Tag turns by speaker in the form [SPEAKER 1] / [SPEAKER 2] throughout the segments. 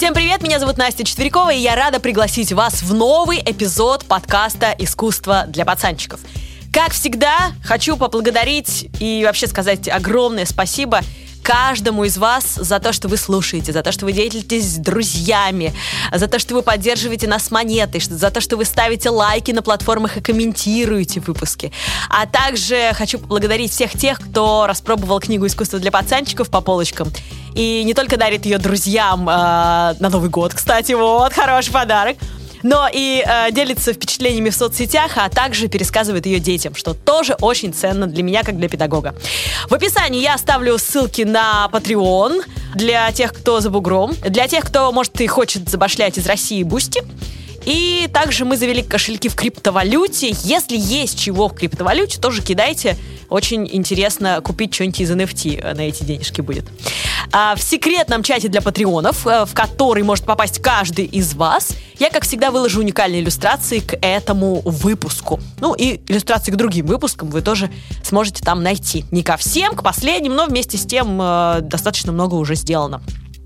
[SPEAKER 1] Всем привет, меня зовут Настя Четверякова, и я рада пригласить вас в новый эпизод подкаста «Искусство для пацанчиков». Как всегда, хочу поблагодарить и вообще сказать огромное спасибо каждому из вас за то, что вы слушаете, за то, что вы делитесь с друзьями, за то, что вы поддерживаете нас монетой, за то, что вы ставите лайки на платформах и комментируете выпуски. А также хочу поблагодарить всех тех, кто распробовал книгу «Искусство для пацанчиков» по полочкам. И не только дарит ее друзьям на Новый год, кстати, вот, хороший подарок, но и делится впечатлениями в соцсетях, а также пересказывает ее детям, что тоже очень ценно для меня, как для педагога. В описании я оставлю ссылки на Patreon для тех, кто за бугром, для тех, кто, может, и хочет забашлять из России Бусти. И также мы завели кошельки в криптовалюте. Если есть чего в криптовалюте, тоже кидайте. Очень интересно купить что-нибудь из NFT на эти денежки будет. В секретном чате для патреонов, в который может попасть каждый из вас, я, как всегда, выложу уникальные иллюстрации к этому выпуску. Ну и иллюстрации к другим выпускам вы тоже сможете там найти. Не ко всем, к последним, но вместе с тем достаточно много уже сделано.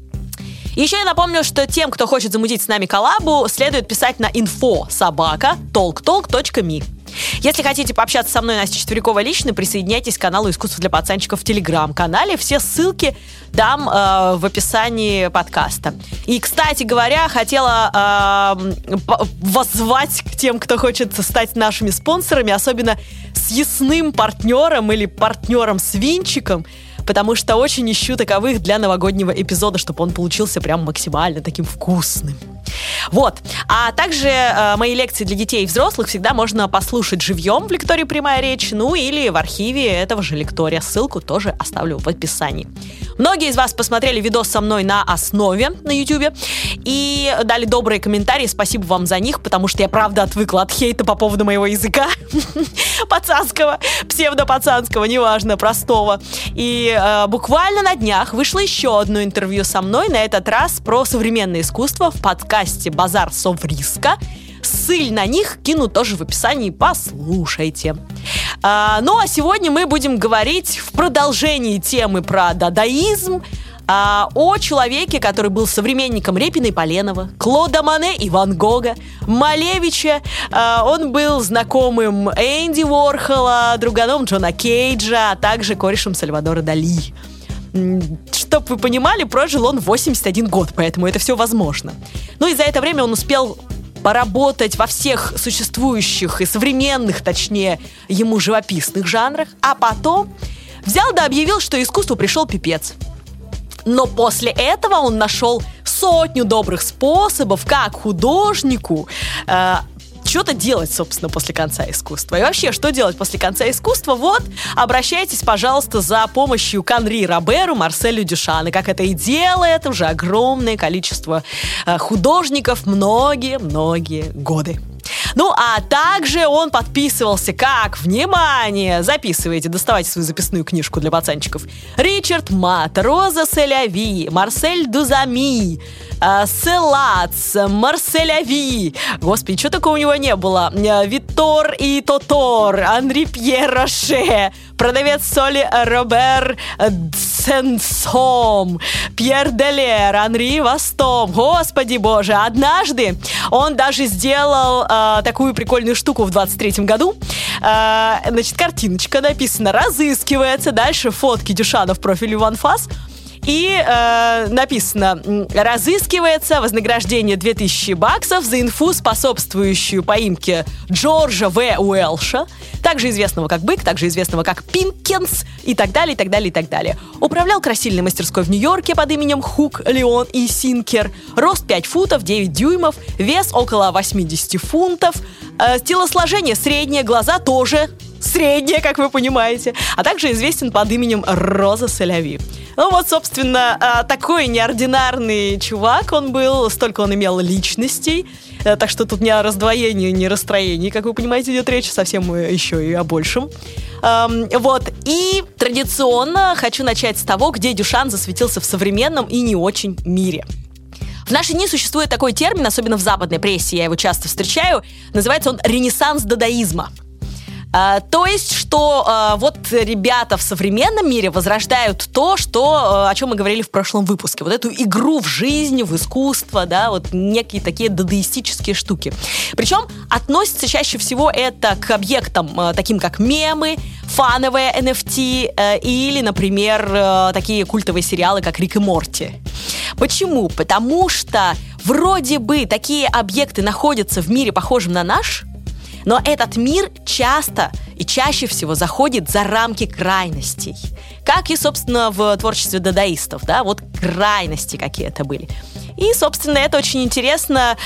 [SPEAKER 1] Еще я напомню, что тем, кто хочет замутить с нами коллабу, следует писать на info@talktalk.me. Если хотите пообщаться со мной, Настей Четверяковой, лично, присоединяйтесь к каналу «Искусство для пацанчиков» в Телеграм-канале. Все ссылки дам в описании подкаста. И, кстати говоря, хотела воззвать к тем, кто хочет стать нашими спонсорами, особенно съестным партнером или партнером с винчиком, потому что очень ищу таковых для новогоднего эпизода, чтобы он получился прям максимально таким вкусным. Вот. А также мои лекции для детей и взрослых всегда можно послушать живьем в лектории «Прямая речь», ну или в архиве этого же лектория. Ссылку тоже оставлю в описании. Многие из вас посмотрели видос со мной на «Основе» на YouTube и дали добрые комментарии. Спасибо вам за них, потому что я, правда, отвыкла от хейта по поводу моего языка. Пацанского, псевдопацанского, неважно, простого. И буквально на днях вышло еще одно интервью со мной, на этот раз про современное искусство в подкасте «Базар Совриска». Ссыль на них кину тоже в описании, послушайте. Ну а сегодня мы будем говорить в продолжении темы про дадаизм, о человеке, который был современником Репина и Поленова, Клода Моне и Ван Гога, Малевича. Он был знакомым Энди Уорхола, друганом Джона Кейджа, а также корешем Сальвадора Дали. Чтоб вы понимали, прожил он 81 год, поэтому это все возможно. Ну и за это время он успел поработать во всех существующих и современных, точнее, ему живописных жанрах, а потом взял да объявил, что искусству пришел пипец. Но после этого он нашел сотню добрых способов, как художнику что-то делать, собственно, после конца искусства. И вообще, что делать после конца искусства? Вот, обращайтесь, пожалуйста, за помощью к Анри Роберу, Марселю Дюшану, как это и делает уже огромное количество художников многие-многие годы. Ну, а также он подписывался как, внимание, записывайте, доставайте свою записную книжку для пацанчиков, Ричард Мат, Роза Селяви, Марсель Дузами, Селац, Марселяви, господи, что такого у него не было, Витор и Тотор, Анри Пьер Роше, продавец соли Робер Сенсом, Пьер Делер, Анри Вастом, господи боже, однажды он даже сделал такую прикольную штуку в 23-м году. Значит, картиночка написана «Разыскивается». Дальше фотки Дюшана в профиле OneFass. И написано «Разыскивается вознаграждение $2000 за инфу, способствующую поимке Джорджа В. Уэлша, также известного как Бык, также известного как Пинкинс, и так далее, и так далее, и так далее. Управлял красильной мастерской в Нью-Йорке под именем Хук, Леон и Синкер. Рост 5 футов, 9 дюймов, вес около 80 фунтов, телосложение среднее, глаза тоже среднее, как вы понимаете, а также известен под именем Роза Селяви. Ну вот, собственно, такой неординарный чувак он был, столько он имел личностей, так что тут не о раздвоении, не о расстроении, как вы понимаете, идет речь, совсем еще и о большем. Вот, и традиционно хочу начать с того, где Дюшан засветился в современном и не очень мире. В наши дни существует такой термин, особенно в западной прессе, я его часто встречаю, называется он «ренессанс дадаизма». То есть, что вот ребята в современном мире возрождают то, о чем мы говорили в прошлом выпуске. Вот эту игру в жизнь, в искусство, да, вот некие такие дадаистические штуки. Причем относится чаще всего это к объектам, таким как мемы, фановые NFT или, например, такие культовые сериалы, как «Рик и Морти». Почему? Потому что вроде бы такие объекты находятся в мире, похожем на наш, но этот мир часто и чаще всего заходит за рамки крайностей. Как и, собственно, в творчестве дадаистов, да, вот крайности какие-то были. И, собственно, это очень интересно.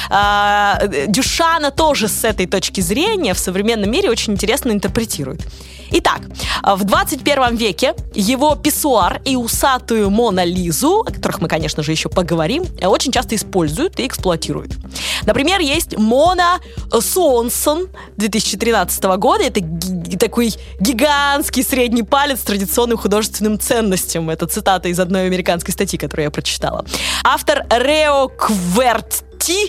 [SPEAKER 1] Дюшана тоже с этой точки зрения в современном мире очень интересно интерпретирует. Итак, в 21 веке его писсуар и усатую Мона Лизу, о которых мы, конечно же, еще поговорим, очень часто используют и эксплуатируют. Например, есть Мона Суонсон 2013 года. Это такой гигантский средний палец с традиционным художественным ценностям. Это цитата из одной американской статьи, которую я прочитала. Автор Рео Кверти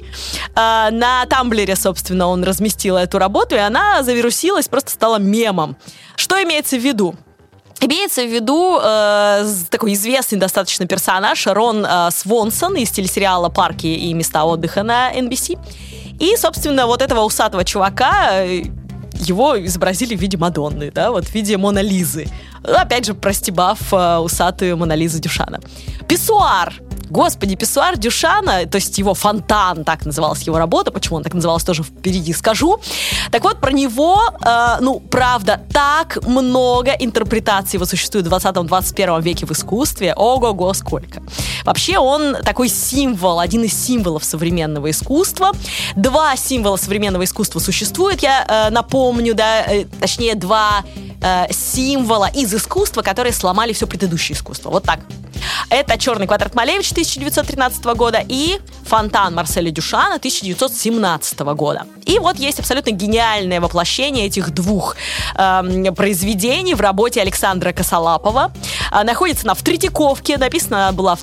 [SPEAKER 1] на Тамблере, собственно, он разместил эту работу, и она завирусилась, просто стала мемом. Что имеется в виду? Имеется в виду такой известный достаточно персонаж Рон Свонсон из телесериала «Парки и места отдыха» на NBC. И, собственно, вот этого усатого чувака его изобразили в виде Мадонны, да, вот в виде Моны Лизы. Опять же, простебав усатую Мону Лизу Дюшана. Писсуар. Господи, писсуар Дюшана, то есть его фонтан, так называлась его работа, почему он так назывался, тоже впереди скажу. Так вот, про него, правда, так много интерпретаций его существует в 20-21 веке в искусстве. Ого-го, сколько. Вообще он такой символ, один из символов современного искусства. Два символа современного искусства существует, я напомню, да, точнее, два символа из искусства, которые сломали все предыдущее искусство. Вот так. Это «Черный квадрат» Малевича 1913 года и «Фонтан» Марселя Дюшана 1917 года. И вот есть абсолютно гениальное воплощение этих двух произведений в работе Александра Косолапова. Находится она в Третьяковке, написана она была в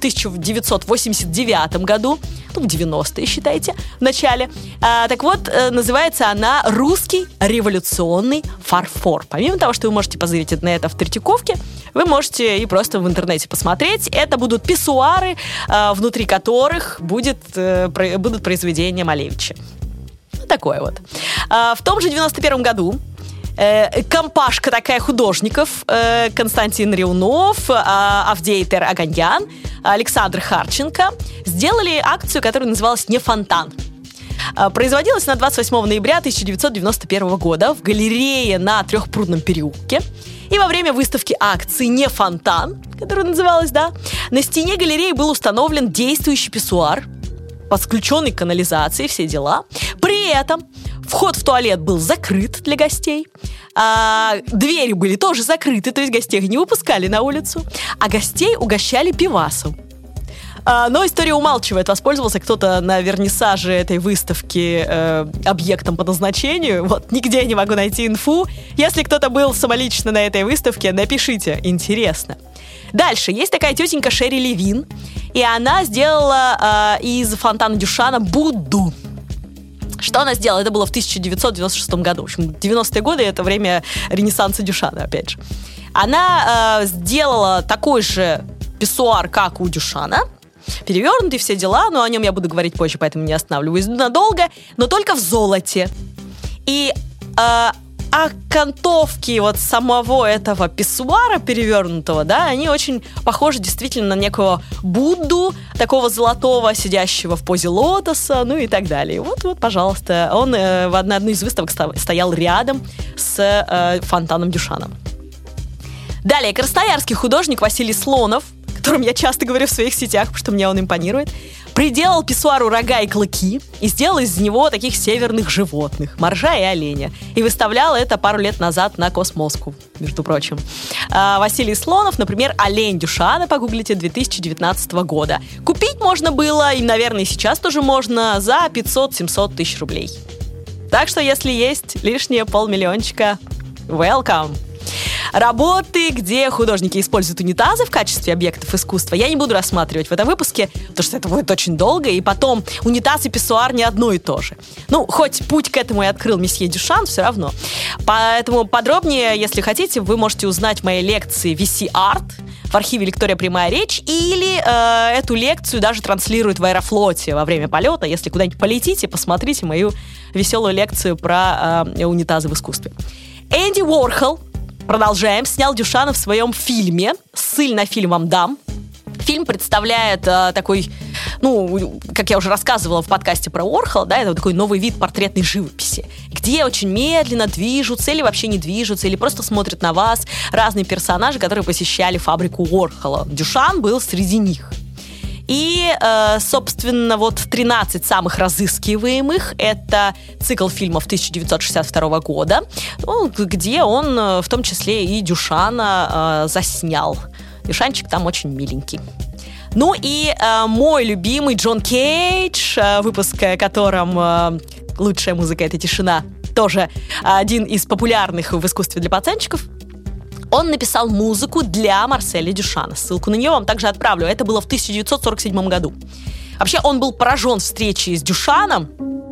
[SPEAKER 1] 1989 году, в 90-е, считайте, в начале. Так вот, называется она «Русский революционный фарфор». Помимо того, что вы можете позырить на это в Третьяковке, вы можете и просто в интернете посмотреть. Это будут писсуары, внутри которых будут произведения Малевича. Такое вот. В том же 91 году компашка такая художников Константин Ревнов, Авдейтер Аганьян, Александр Харченко сделали акцию, которая называлась «Не фонтан». Производилась она 28 ноября 1991 года в галерее на Трехпрудном переулке. И во время выставки акции «Не фонтан», которая называлась, да, на стене галереи был установлен действующий писсуар, подключенный к канализации, все дела. При этом вход в туалет был закрыт для гостей, двери были тоже закрыты, то есть гостей не выпускали на улицу, а гостей угощали пивасом. Но история умалчивает, воспользовался кто-то на вернисаже этой выставки объектом по назначению. Вот, нигде не могу найти инфу. Если кто-то был самолично на этой выставке, напишите, интересно. Дальше, есть такая тетенька Шерри Левин, и она сделала из фонтана Дюшана Будду. Что она сделала? Это было в 1996 году. В общем, 90-е годы — это время ренессанса Дюшана, опять же. Она сделала такой же писсуар, как у Дюшана, перевернутый, все дела, но о нем я буду говорить позже, поэтому не останавливаюсь надолго, но только в золоте. И окантовки вот самого этого писсуара перевернутого, да, они очень похожи действительно на некого Будду, такого золотого, сидящего в позе лотоса, ну и так далее. Вот, пожалуйста, он на одной из выставок стоял рядом с фонтаном Дюшана. Далее, красноярский художник Василий Слонов, о котором я часто говорю в своих сетях, потому что мне он импонирует, приделал писсуару рога и клыки и сделал из него таких северных животных, моржа и оленя. И выставлял это пару лет назад на Космоску, между прочим. Василий Слонов, например, «Олень Дюшана», погуглите, 2019 года. Купить можно было, и, наверное, сейчас тоже можно, за 500-700 тысяч рублей. Так что, если есть лишнее 500 000, welcome! Работы, где художники используют унитазы в качестве объектов искусства, я не буду рассматривать в этом выпуске, потому что это будет очень долго, и потом унитаз и писсуар не одно и то же. Хоть путь к этому и открыл месье Дюшан, все равно. Поэтому подробнее, если хотите, вы можете узнать в моей лекции VC Art в архиве «Лектория. Прямая речь», или эту лекцию даже транслируют в Аэрофлоте во время полета. Если куда-нибудь полетите, посмотрите мою веселую лекцию про унитазы в искусстве. Энди Уорхол, продолжаем, снял Дюшана в своем фильме. Ссыль на фильм вам дам. Фильм представляет такой, как я уже рассказывала в подкасте про Уорхола, да, это такой новый вид портретной живописи, где очень медленно движутся или вообще не движутся, или просто смотрят на вас разные персонажи, которые посещали фабрику Уорхола. Дюшан был среди них. И, собственно, 13 самых разыскиваемых — это цикл фильмов 1962 года, где он в том числе и Дюшана заснял. Дюшанчик там очень миленький. И мой любимый Джон Кейдж, выпуск о котором «Лучшая музыка — это тишина», тоже один из популярных в искусстве для пацанчиков. Он написал музыку для Марселя Дюшана. Ссылку на нее вам также отправлю. Это было в 1947 году. Вообще, он был поражен встречей с Дюшаном.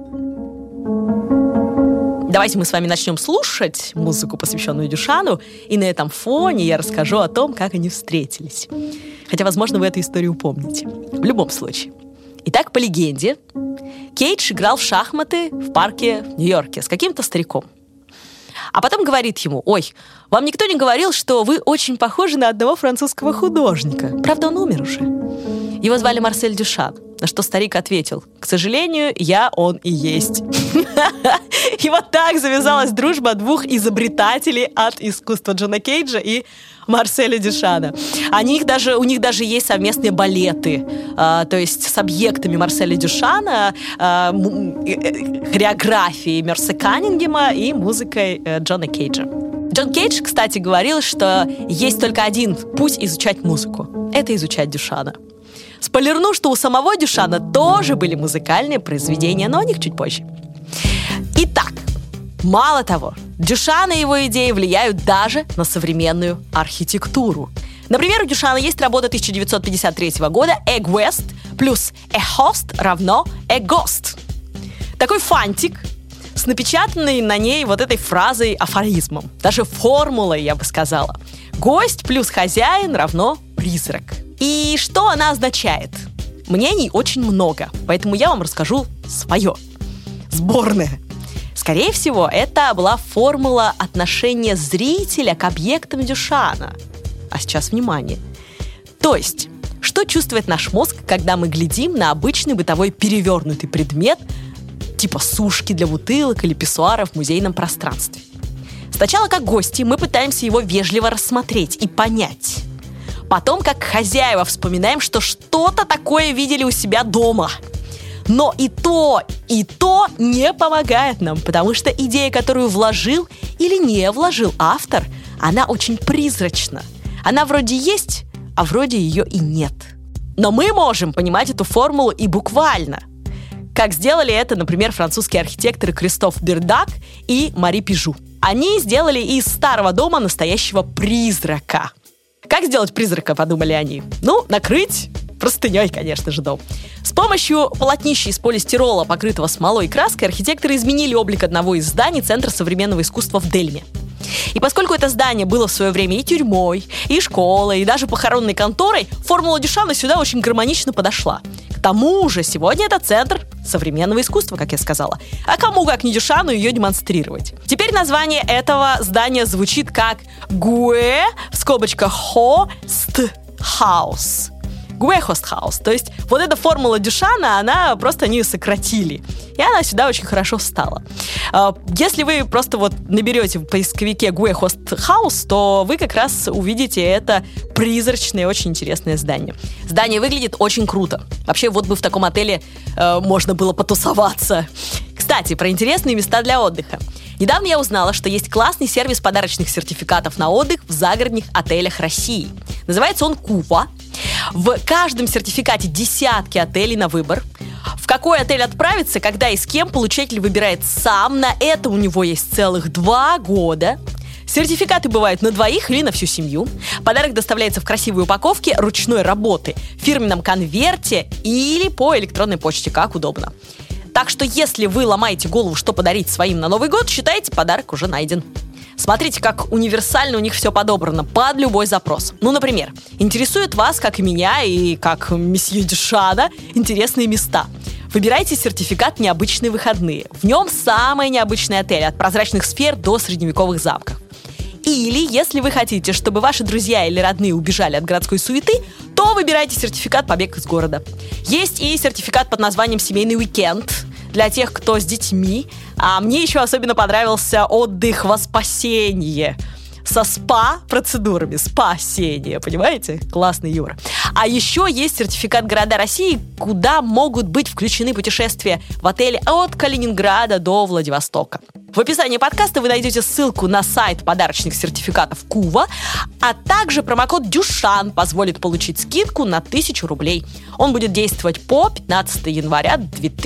[SPEAKER 1] Давайте мы с вами начнем слушать музыку, посвященную Дюшану, и на этом фоне я расскажу о том, как они встретились. Хотя, возможно, вы эту историю помните. В любом случае. Итак, по легенде, Кейдж играл в шахматы в парке в Нью-Йорке с каким-то стариком. А потом говорит ему: «Ой, вам никто не говорил, что вы очень похожи на одного французского художника. Правда, он умер уже». Его звали Марсель Дюшан. На что старик ответил: «К сожалению, я он и есть». И вот так завязалась дружба двух изобретателей от искусства Джона Кейджа и Марселя Дюшана. У них даже есть совместные балеты, то есть с объектами Марселя Дюшана, хореографией Мерси Каннингема и музыкой Джона Кейджа. Джон Кейдж, кстати, говорил, что есть только один путь изучать музыку – это изучать Дюшана. Спойлерну, что у самого Дюшана тоже были музыкальные произведения, но о них чуть позже. Итак, мало того, Дюшан и его идеи влияют даже на современную архитектуру. Например, у Дюшана есть работа 1953 года «Egg West» плюс «A host равно a ghost». Такой фантик с напечатанной на ней этой фразой-афоризмом. Даже формулой, я бы сказала. «Гость плюс хозяин равно призрак». И что она означает? Мнений очень много, поэтому я вам расскажу свое. Сборное. Скорее всего, это была формула отношения зрителя к объектам Дюшана. А сейчас внимание. То есть, что чувствует наш мозг, когда мы глядим на обычный бытовой перевернутый предмет, типа сушки для бутылок или писсуара в музейном пространстве? Сначала, как гости, мы пытаемся его вежливо рассмотреть и понять. Потом, как хозяева, вспоминаем, что что-то такое видели у себя дома. Но и то не помогает нам, потому что идея, которую вложил или не вложил автор, она очень призрачна. Она вроде есть, а вроде ее и нет. Но мы можем понимать эту формулу и буквально. Как сделали это, например, французские архитекторы Кристоф Бердак и Мари Пижу. Они сделали из старого дома настоящего призрака. Как сделать призрака, подумали они? Накрыть простыней, конечно же, дом. С помощью полотнища из полистирола, покрытого смолой и краской, архитекторы изменили облик одного из зданий Центра современного искусства в Дельме. И поскольку это здание было в свое время и тюрьмой, и школой, и даже похоронной конторой, формула Дюшана сюда очень гармонично подошла. К тому же сегодня это Центр современного искусства, как я сказала. А кому, как не Дюшану, ее демонстрировать? Теперь название этого здания звучит как Gue, в скобочках, Host House. Gue Host House. То есть эта формула Дюшана, они ее сократили. И она сюда очень хорошо встала. Если вы просто наберете в поисковике Gue Host House, то вы как раз увидите это призрачное, очень интересное здание. Здание выглядит очень круто. Вообще, бы в таком отеле можно было потусоваться. Кстати, про интересные места для отдыха. Недавно я узнала, что есть классный сервис подарочных сертификатов на отдых в загородных отелях России. Называется он Кува. В каждом сертификате десятки отелей на выбор. В какой отель отправиться, когда и с кем, получатель выбирает сам. На это у него есть целых 2 года. Сертификаты бывают на двоих или на всю семью. Подарок доставляется в красивой упаковке ручной работы, в фирменном конверте или по электронной почте, как удобно. Так что если вы ломаете голову, что подарить своим на Новый год, считайте, подарок уже найден. Смотрите, как универсально у них все подобрано под любой запрос. Ну, например, интересует вас, как и меня, и как месье Дюшана, интересные места. Выбирайте сертификат «Необычные выходные». В нем самые необычные отели, от прозрачных сфер до средневековых замков. Или, если вы хотите, чтобы ваши друзья или родные убежали от городской суеты, то выбирайте сертификат «Побег из города». Есть и сертификат под названием «Семейный уикенд» для тех, кто с детьми. А мне еще особенно понравился отдых во спасение со СПА-процедурами. Спасение, понимаете? Классный юмор. А еще есть сертификат «Города России», куда могут быть включены путешествия в отеле от Калининграда до Владивостока. В описании подкаста вы найдете ссылку на сайт подарочных сертификатов Кува, а также промокод «Дюшан» позволит получить скидку на 1000 рублей. Он будет действовать по 15 января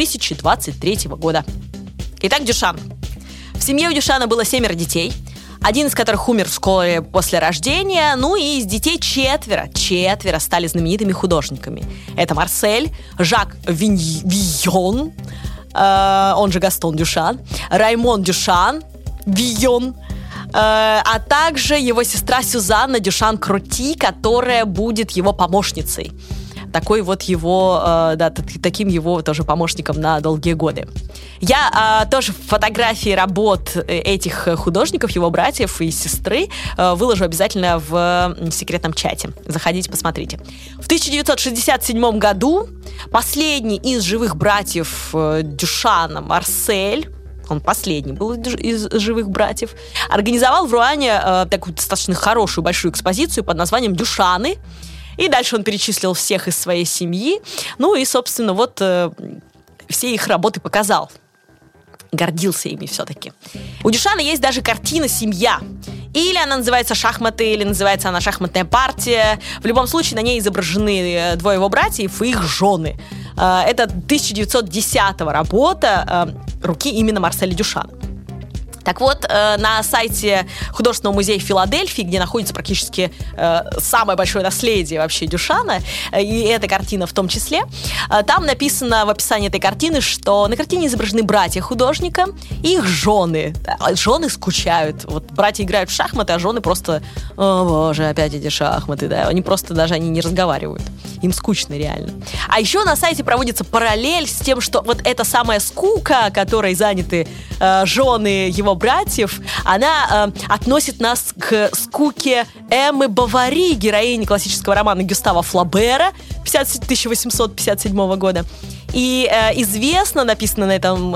[SPEAKER 1] 2023 года. Итак, Дюшан. В семье у Дюшана было 7 детей, один из которых умер в школе после рождения, ну и из детей четверо стали знаменитыми художниками. Это Марсель, Жак Вийон, он же Гастон Дюшан, Раймон Дюшан, Вийон, а также его сестра Сюзанна Дюшан-Крути, которая будет его помощницей. Такой вот его, таким его тоже помощником на долгие годы. Я тоже фотографии работ этих художников, его братьев и сестры, выложу обязательно в секретном чате. Заходите, посмотрите. В 1967 году последний из живых братьев Дюшана, Марсель, он последний был из живых братьев, организовал в Руане такую достаточно хорошую большую экспозицию под названием «Дюшаны». И дальше он перечислил всех из своей семьи. Ну и, собственно, вот все их работы показал. Гордился ими все-таки. У Дюшана есть даже картина «Семья». Или она называется «Шахматы», или называется она «Шахматная партия». В любом случае на ней изображены двое его братьев и их жены. Это 1910-го работа руки именно Марселя Дюшана. Так вот, на сайте Художественного музея Филадельфии, где находится практически самое большое наследие вообще Дюшана, и эта картина в том числе, там написано в описании этой картины, что на картине изображены братья художника и их жены. Жены скучают. Вот братья играют в шахматы, а жены просто: «О, боже, опять эти шахматы», да. Они просто даже не разговаривают. Им скучно реально. А еще на сайте проводится параллель с тем, что вот эта самая скука, которой заняты жены его братьев, она относит нас к скуке Эммы Бовари, героини классического романа Гюстава Флобера 1857 года. И известно, написано на этом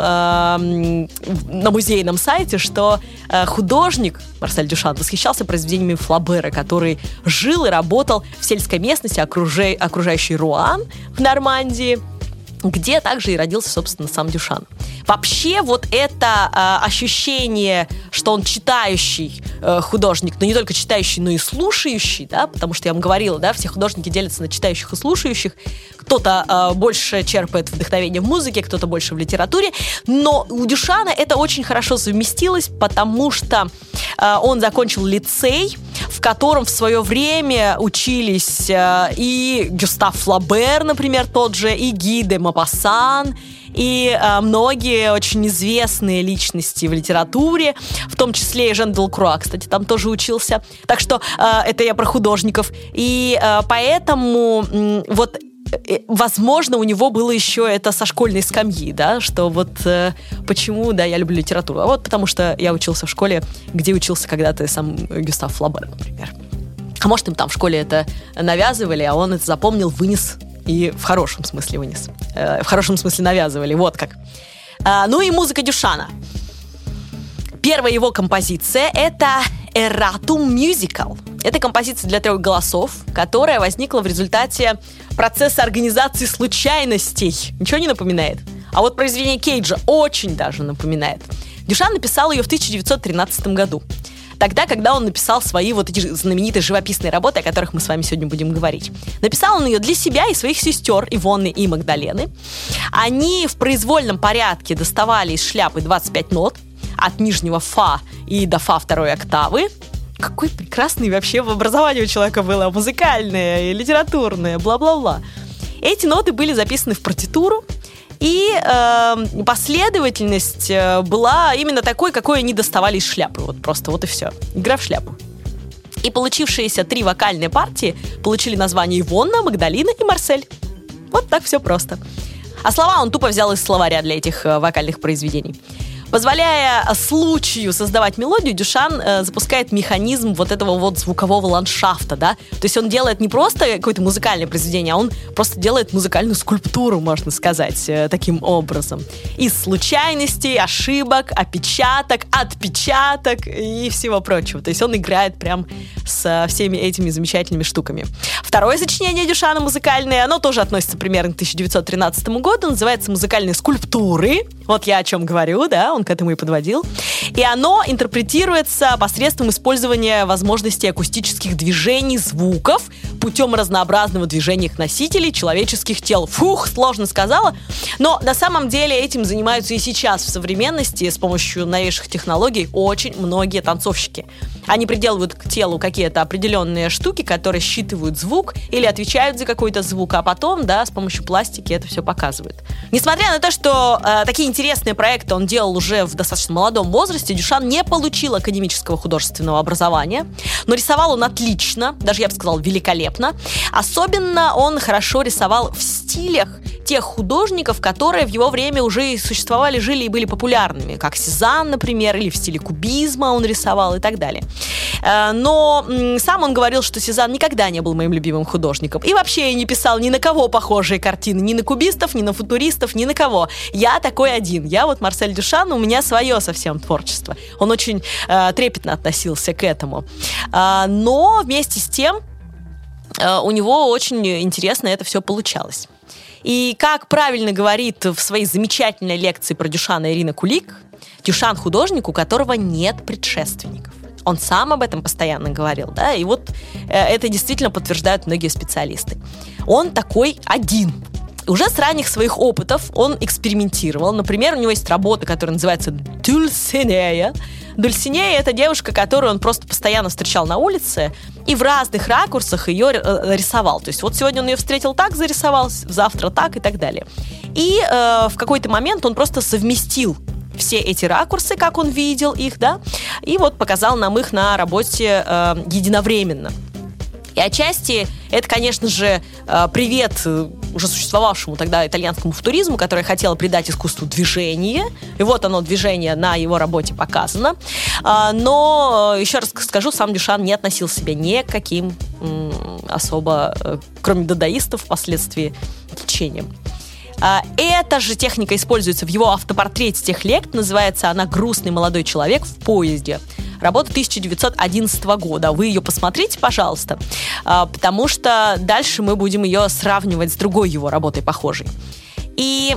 [SPEAKER 1] на музейном сайте, что художник Марсель Дюшан восхищался произведениями Флобера, который жил и работал в сельской местности, окружающей Руан в Нормандии, где также и родился, собственно, сам Дюшан. Вообще, вот это ощущение, что он читающий художник, но не только читающий, но и слушающий, да, потому что я вам говорила, да, все художники делятся на читающих и слушающих. Кто-то больше черпает вдохновение в музыке, кто-то больше в литературе, но у Дюшана это очень хорошо совместилось, потому что он закончил лицей, в котором в свое время учились и Гюстав Флобер, например, тот же, и Ги де Мопассан, и многие очень известные личности в литературе, в том числе и Жан Делакруа, кстати, там тоже учился. Так что это я про художников. И поэтому вот возможно, у него было еще это со школьной скамьи, да, что вот почему, да, я люблю литературу. А вот потому что я учился в школе, где учился когда-то сам Гюстав Флобер, например. А может, им там в школе это навязывали, а он это запомнил, вынес, и в хорошем смысле вынес. В хорошем смысле навязывали, вот как. Ну и музыка Дюшана. Первая его композиция — это «Erratum Musical». Это композиция для 3 голосов, которая возникла в результате процесса организации случайностей. Ничего не напоминает? А вот произведение Кейджа очень даже напоминает. Дюшан написал ее в 1913 году. Тогда, когда он написал свои вот эти знаменитые живописные работы, о которых мы с вами сегодня будем говорить. Написал он ее для себя и своих сестер Ивонны и Магдалены. Они в произвольном порядке доставали из шляпы 25 нот, от нижнего фа и до фа второй октавы. Какой прекрасный вообще образование у человека было, музыкальное и литературное, бла-бла-бла. Эти ноты были записаны в партитуру, и последовательность была именно такой, какой они доставали из шляпы. Вот просто, вот и все. Игра в шляпу. И получившиеся 3 вокальные партии получили название Ивонна, Магдалина и Марсель. Вот так все просто. А слова он тупо взял из словаря для этих вокальных произведений. Позволяя случаю создавать мелодию, Дюшан запускает механизм вот этого вот звукового ландшафта, да? То есть он делает не просто какое-то музыкальное произведение, а он просто делает музыкальную скульптуру, можно сказать, таким образом. Из случайностей, ошибок, опечаток, отпечаток и всего прочего. То есть он играет прям со всеми этими замечательными штуками. Второе сочинение Дюшана музыкальное, оно тоже относится примерно к 1913 году, называется «Музыкальные скульптуры». Вот я о чем говорю, да, он к этому и подводил. И оно интерпретируется посредством использования возможностей акустических движений звуков путем разнообразного движения их носителей человеческих тел. Фух, сложно сказала. Но на самом деле этим занимаются и сейчас в современности с помощью новейших технологий очень многие танцовщики. Они приделывают к телу какие-то определенные штуки, которые считывают звук или отвечают за какой-то звук, а потом, да, с помощью пластики это все показывают. Несмотря на то, что такие интересные проекты он делал уже в достаточно молодом возрасте, Дюшан не получил академического художественного образования, но рисовал он отлично, даже я бы сказала великолепно. Особенно он хорошо рисовал в стилях тех художников, которые в его время уже существовали, жили и были популярными, как Сезанн, например, или в стиле кубизма он рисовал и так далее. Но сам он говорил, что Сезанн никогда не был моим любимым художником. И вообще я не писал ни на кого похожие картины, ни на кубистов, ни на футуристов, ни на кого. Я такой один. Я вот Марсель Дюшан, у меня свое совсем творчество. Он очень трепетно относился к этому. Но вместе с тем у него очень интересно это все получалось. И как правильно говорит в своей замечательной лекции про Дюшана Ирина Кулик, Дюшан художник, у которого нет предшественников. Он сам об этом постоянно говорил, да, и вот это действительно подтверждают многие специалисты. Он такой один. Уже с ранних своих опытов он экспериментировал. Например, у него есть работа, которая называется «Дульсинея». Дульсинея — это девушка, которую он просто постоянно встречал на улице и в разных ракурсах ее рисовал. То есть вот сегодня он ее встретил так, зарисовал, завтра так и так далее. И в какой-то момент он просто совместил все эти ракурсы, как он видел их, да, и вот показал нам их на работе единовременно. И отчасти это, конечно же, привет уже существовавшему тогда итальянскому футуризму, который хотел придать искусству движение. И вот оно, движение на его работе показано. Но, еще раз скажу, сам Дюшан не относил себя ни к каким особо, кроме дадаистов, впоследствии течениям. Эта же техника используется в его автопортрете техлект. Называется она «Грустный молодой человек в поезде». Работа 1911 года. Вы ее посмотрите, пожалуйста, потому что дальше мы будем ее сравнивать с другой его работой похожей. И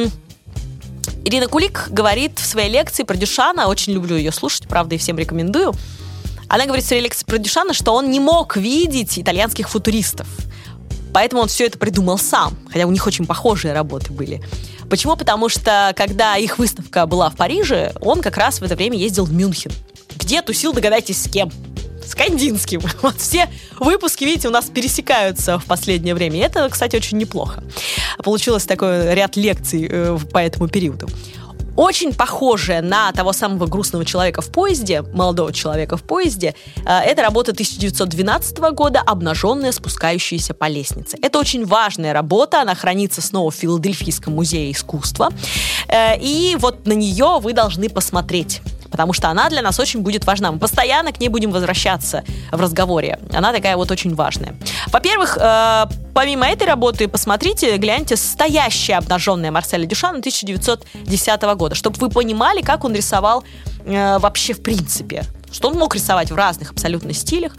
[SPEAKER 1] Ирина Кулик говорит в своей лекции про Дюшана, очень люблю ее слушать, правда, и всем рекомендую. Она говорит в своей лекции про Дюшана, что он не мог видеть итальянских футуристов. Поэтому он все это придумал сам, хотя у них очень похожие работы были. Почему? Потому что, когда их выставка была в Париже, он как раз в это время ездил в Мюнхен. Где тусил, догадайтесь, с кем? С Кандинским. Вот все выпуски, видите, у нас пересекаются в последнее время. И это, кстати, очень неплохо. Получилось такой ряд лекций по этому периоду. Очень похожая на того самого грустного человека в поезде, молодого человека в поезде, это работа 1912 года «Обнаженная, спускающаяся по лестнице». Это очень важная работа, она хранится снова в Филадельфийском музее искусства. И вот на нее вы должны посмотреть, потому что она для нас очень будет важна. Мы постоянно к ней будем возвращаться в разговоре. Она такая вот очень важная. Во-первых, помимо этой работы, посмотрите, гляньте «Стоящая обнаженная» Марселя Дюшана 1910 года, чтобы вы понимали, как он рисовал вообще в принципе. Что он мог рисовать в разных абсолютно стилях.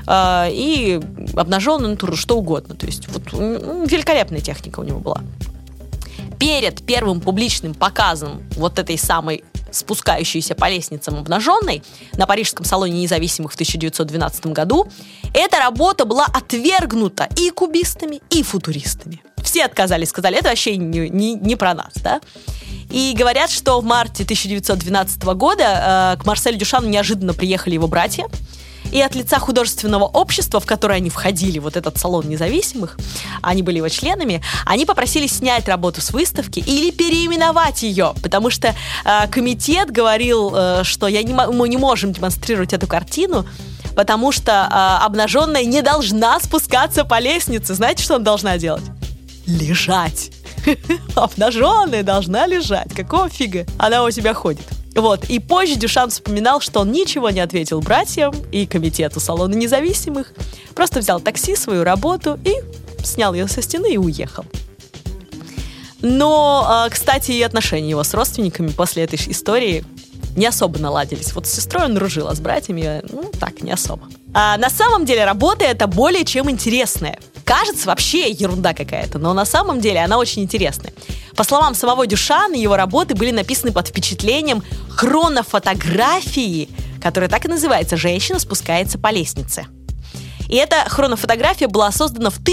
[SPEAKER 1] И обнаженную натуру, что угодно. То есть вот великолепная техника у него была. Перед первым публичным показом вот этой самой спускающейся по лестницам обнаженной на Парижском салоне независимых в 1912 году, эта работа была отвергнута и кубистами, и футуристами. Все отказались, сказали, это вообще не про нас, да? И говорят, что в марте 1912 года к Марселю Дюшану неожиданно приехали его братья. И от лица художественного общества, в которое они входили, вот этот салон независимых, они были его членами, они попросили снять работу с выставки или переименовать ее, потому что комитет говорил, что мы не можем демонстрировать эту картину, потому что обнаженная не должна спускаться по лестнице. Знаете, что она должна делать? Лежать. Обнаженная должна лежать. Какого фига она у тебя ходит? Вот. И позже Дюшан вспоминал, что он ничего не ответил братьям и комитету салона независимых. Просто взял такси, свою работу и снял ее со стены и уехал. Но, кстати, и отношения его с родственниками после этой истории не особо наладились. Вот с сестрой он дружил, а с братьями, так, не особо. А на самом деле работа эта более чем интересная. Кажется, вообще ерунда какая-то, но на самом деле она очень интересная. По словам самого Дюшана, его работы были написаны под впечатлением хронофотографии, которая так и называется «Женщина спускается по лестнице». И эта хронофотография была создана в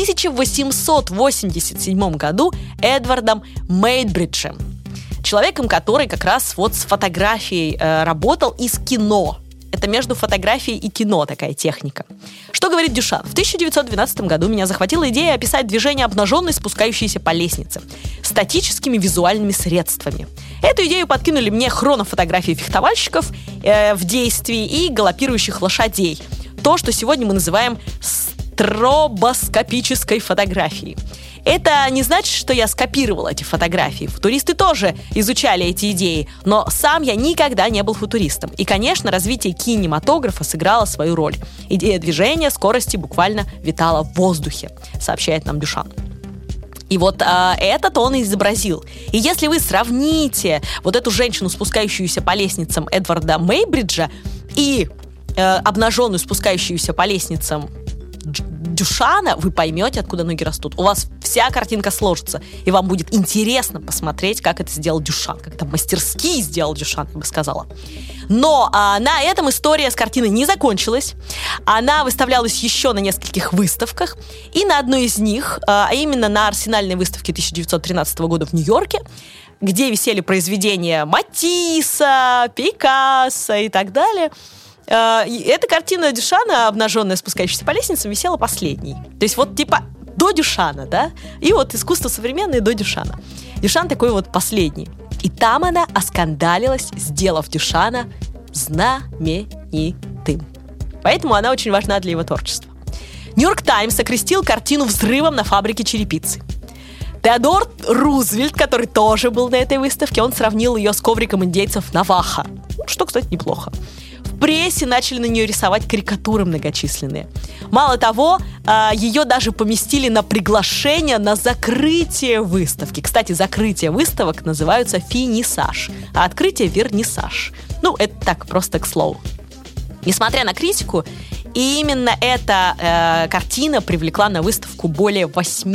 [SPEAKER 1] 1887 году Эдвардом Мейбриджем, человеком, который как раз вот с фотографией работал из кино. Это между фотографией и кино такая техника. Что говорит Дюшан? В 1912 году меня захватила идея описать движение обнаженной, спускающейся по лестнице, статическими визуальными средствами. Эту идею подкинули мне хронофотографии фехтовальщиков в действии и галопирующих лошадей. То, что сегодня мы называем стробоскопической фотографией. Это не значит, что я скопировал эти фотографии. Футуристы тоже изучали эти идеи, но сам я никогда не был футуристом. И, конечно, развитие кинематографа сыграло свою роль. Идея движения скорости буквально витала в воздухе, сообщает нам Дюшан. И вот этот он изобразил. И если вы сравните вот эту женщину, спускающуюся по лестницам Эдварда Мейбриджа, и обнаженную, спускающуюся по лестницам Дюшана, вы поймете, откуда ноги растут. У вас вся картинка сложится, и вам будет интересно посмотреть, как это сделал Дюшан, как это мастерски сделал Дюшан, я бы сказала. Но на этом история с картиной не закончилась. Она выставлялась еще на нескольких выставках, и на одной из них, а именно на Арсенальной выставке 1913 года в Нью-Йорке, где висели произведения Матисса, Пикассо и так далее, эта картина Дюшана, обнаженная, спускающаяся по лестнице, висела последней. То есть вот типа до Дюшана, да? И вот искусство современное до Дюшана. Дюшан такой вот последний. И там она оскандалилась, сделав Дюшана знаменитым. Поэтому она очень важна для его творчества. Нью-Йорк Таймс окрестил картину взрывом на фабрике черепицы. Теодор Рузвельт, который тоже был на этой выставке, он сравнил ее с ковриком индейцев Навахо. Что, кстати, неплохо. В прессе начали на нее рисовать карикатуры многочисленные. Мало того, ее даже поместили на приглашение на закрытие выставки. Кстати, закрытие выставок называются финисаж, а открытие — вернисаж. Это так, просто к слову. Несмотря на критику, именно эта картина привлекла на выставку более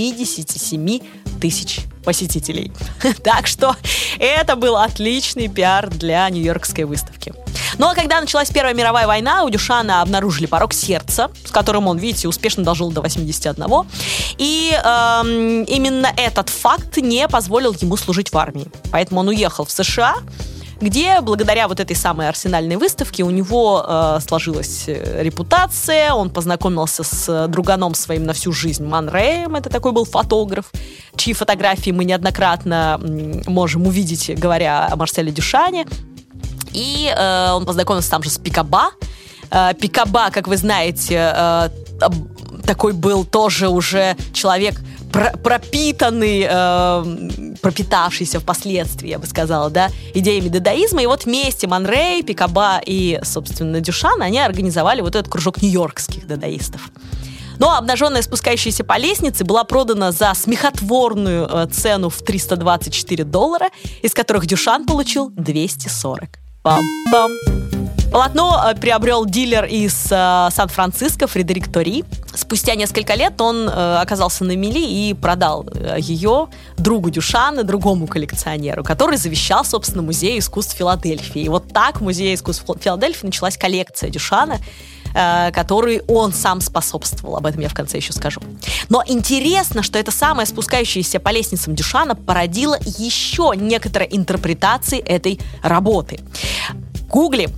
[SPEAKER 1] 87 тысяч посетителей. Так что это был отличный пиар для нью-йоркской выставки. А когда началась Первая мировая война, у Дюшана обнаружили порок сердца, с которым он, видите, успешно дожил до 81. И именно этот факт не позволил ему служить в армии. Поэтому он уехал в США, где благодаря вот этой самой Арсенальной выставке у него сложилась репутация, он познакомился с друганом своим на всю жизнь Ман Рэем, это такой был фотограф, чьи фотографии мы неоднократно можем увидеть, говоря о Марселе Дюшане. И он познакомился там же с Пикаба. Пикаба, как вы знаете, такой был тоже уже человек пропитанный, пропитавшийся впоследствии, я бы сказала, да, идеями дадаизма. И вот вместе Ман Рэй, Пикаба и, собственно, Дюшан, они организовали вот этот кружок нью-йоркских дадаистов. Но обнаженная, спускающаяся по лестнице, была продана за смехотворную цену в $324, из которых Дюшан получил 240. Пам-пам. Полотно приобрел дилер из Сан-Франциско Фредерик Тори. Спустя несколько лет он оказался на мели и продал ее другу Дюшана, другому коллекционеру, который завещал, собственно, Музею искусств Филадельфии. И вот так в Музее искусств Филадельфии началась коллекция Дюшана. который он сам способствовал. Об этом я в конце еще скажу. Но интересно, что это самая спускающаяся по лестницам Дюшана породила еще некоторые интерпретации этой работы. Гуглим.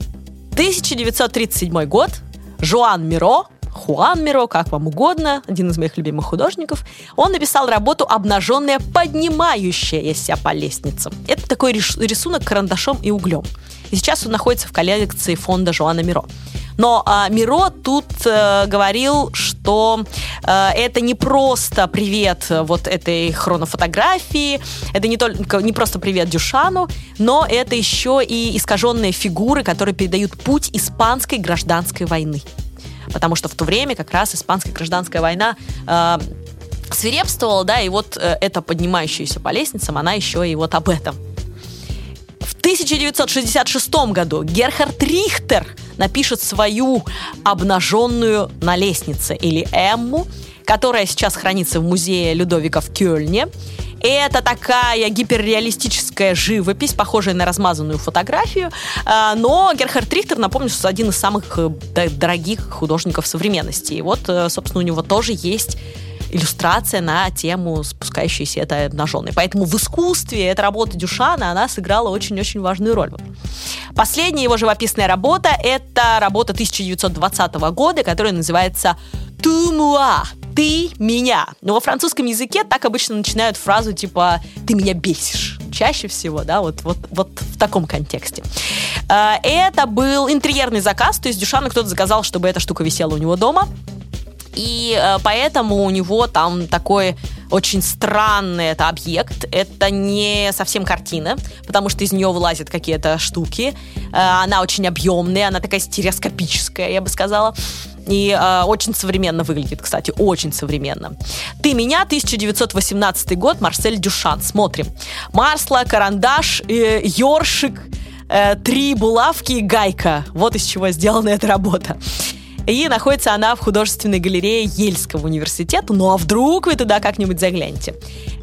[SPEAKER 1] 1937 год. Хуан Миро, как вам угодно, один из моих любимых художников, он написал работу «Обнаженная, поднимающаяся по лестницам». Это такой рисунок карандашом и углем. И сейчас он находится в коллекции фонда Жуана Миро. Но Миро тут говорил, что это не просто привет вот этой хронофотографии, это не просто привет Дюшану, но это еще и искаженные фигуры, которые передают путь испанской гражданской войны. Потому что в то время как раз испанская гражданская война свирепствовала, да, и вот эта поднимающаяся по лестницам, она еще и вот об этом. В 1966 году Герхард Рихтер напишет свою «Обнаженную на лестнице» или «Эмму», которая сейчас хранится в музее Людовика в Кёльне. Это такая гиперреалистическая живопись, похожая на размазанную фотографию. Но Герхард Рихтер, напомню, что один из самых дорогих художников современности. И вот, собственно, у него тоже есть иллюстрация на тему спускающейся этой обнаженной. Поэтому в искусстве эта работа Дюшана, она сыграла очень-очень важную роль. Последняя его живописная работа – это работа 1920 года, которая называется «Tu moi», «Ты меня». Но во французском языке так обычно начинают фразу типа «ты меня бесишь». Чаще всего, да, вот в таком контексте. Это был интерьерный заказ, то есть Дюшану кто-то заказал, чтобы эта штука висела у него дома. И поэтому у него там такой очень странный это объект. Это не совсем картина, потому что из нее вылазят какие-то штуки. Она очень объемная, она такая стереоскопическая, я бы сказала. И очень современно выглядит, кстати, очень современно. «Ты меня», 1918 год, Марсель Дюшан. Смотрим. Масло, карандаш, ёршик, 3 булавки и гайка. Вот из чего сделана эта работа. И находится она в художественной галерее Ельского университета. Ну а вдруг вы туда как-нибудь заглянете?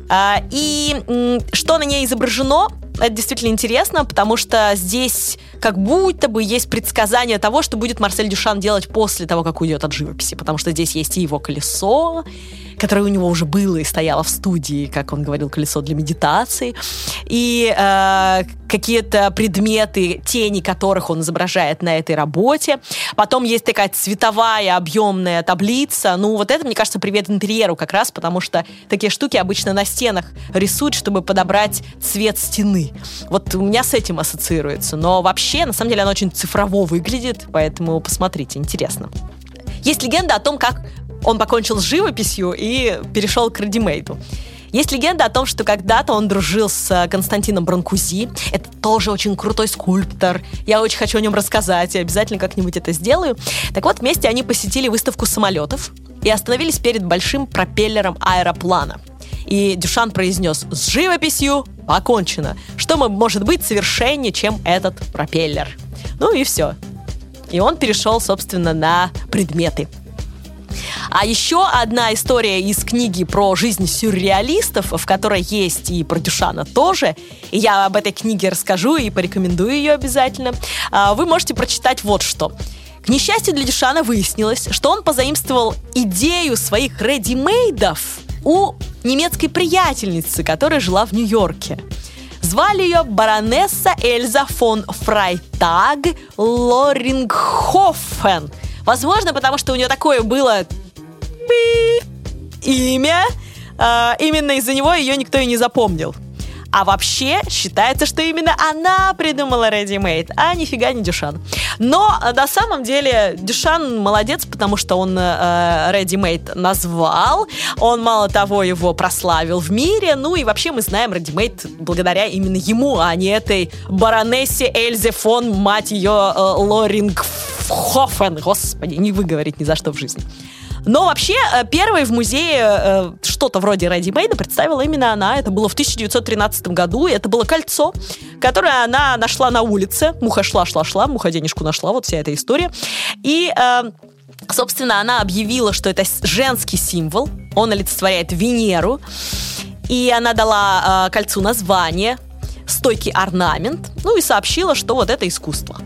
[SPEAKER 1] И что на ней изображено, это действительно интересно, потому что здесь как будто бы есть предсказание того, что будет Марсель Дюшан делать после того, как уйдет от живописи. Потому что здесь есть и его колесо, которое у него уже было и стояло в студии, как он говорил, колесо для медитации, и какие-то предметы, тени которых он изображает на этой работе. Потом есть такая цветовая объемная таблица. Ну, вот это, мне кажется, привет интерьеру как раз, потому что такие штуки обычно на стенах рисуют, чтобы подобрать цвет стены. Вот у меня с этим ассоциируется. Но вообще, на самом деле, оно очень цифрово выглядит, поэтому посмотрите, интересно. Есть легенда о том, как он покончил с живописью и перешел к редимейду. Есть легенда о том, что когда-то он дружил с Константином Бранкузи. Это тоже очень крутой скульптор. Я очень хочу о нем рассказать, и обязательно как-нибудь это сделаю. Так вот, вместе они посетили выставку самолетов и остановились перед большим пропеллером аэроплана. И Дюшан произнес: «С живописью покончено. Что может быть совершеннее, чем этот пропеллер?» Ну и все. И он перешел, собственно, на предметы. А еще одна история из книги про жизнь сюрреалистов, в которой есть и про Дюшана тоже, и я об этой книге расскажу и порекомендую ее обязательно, вы можете прочитать вот что. К несчастью для Дюшана выяснилось, что он позаимствовал идею своих редимейдов у немецкой приятельницы, которая жила в Нью-Йорке. Звали ее баронесса Эльза фон Фрайтаг Лорингхофен. Возможно, потому что у нее такое было имя, именно из-за него ее никто и не запомнил. А вообще считается, что именно она придумала редимейд, а нифига не Дюшан. Но на самом деле Дюшан молодец, потому что он редимейд назвал, он, мало того, его прославил в мире, ну и вообще мы знаем редимейд благодаря именно ему, а не этой баронессе Эльзе фон, мать ее, Лорингхофен. Господи, не выговорить ни за что в жизни. Но вообще, первой в музее что-то вроде редимейда представила именно она. Это было в 1913 году. И это было кольцо, которое она нашла на улице. Муха шла, муха денежку нашла. Вот вся эта история. И, собственно, она объявила, что это женский символ. Он олицетворяет Венеру. И она дала кольцу название, стойкий орнамент. Ну и сообщила, что вот это искусство.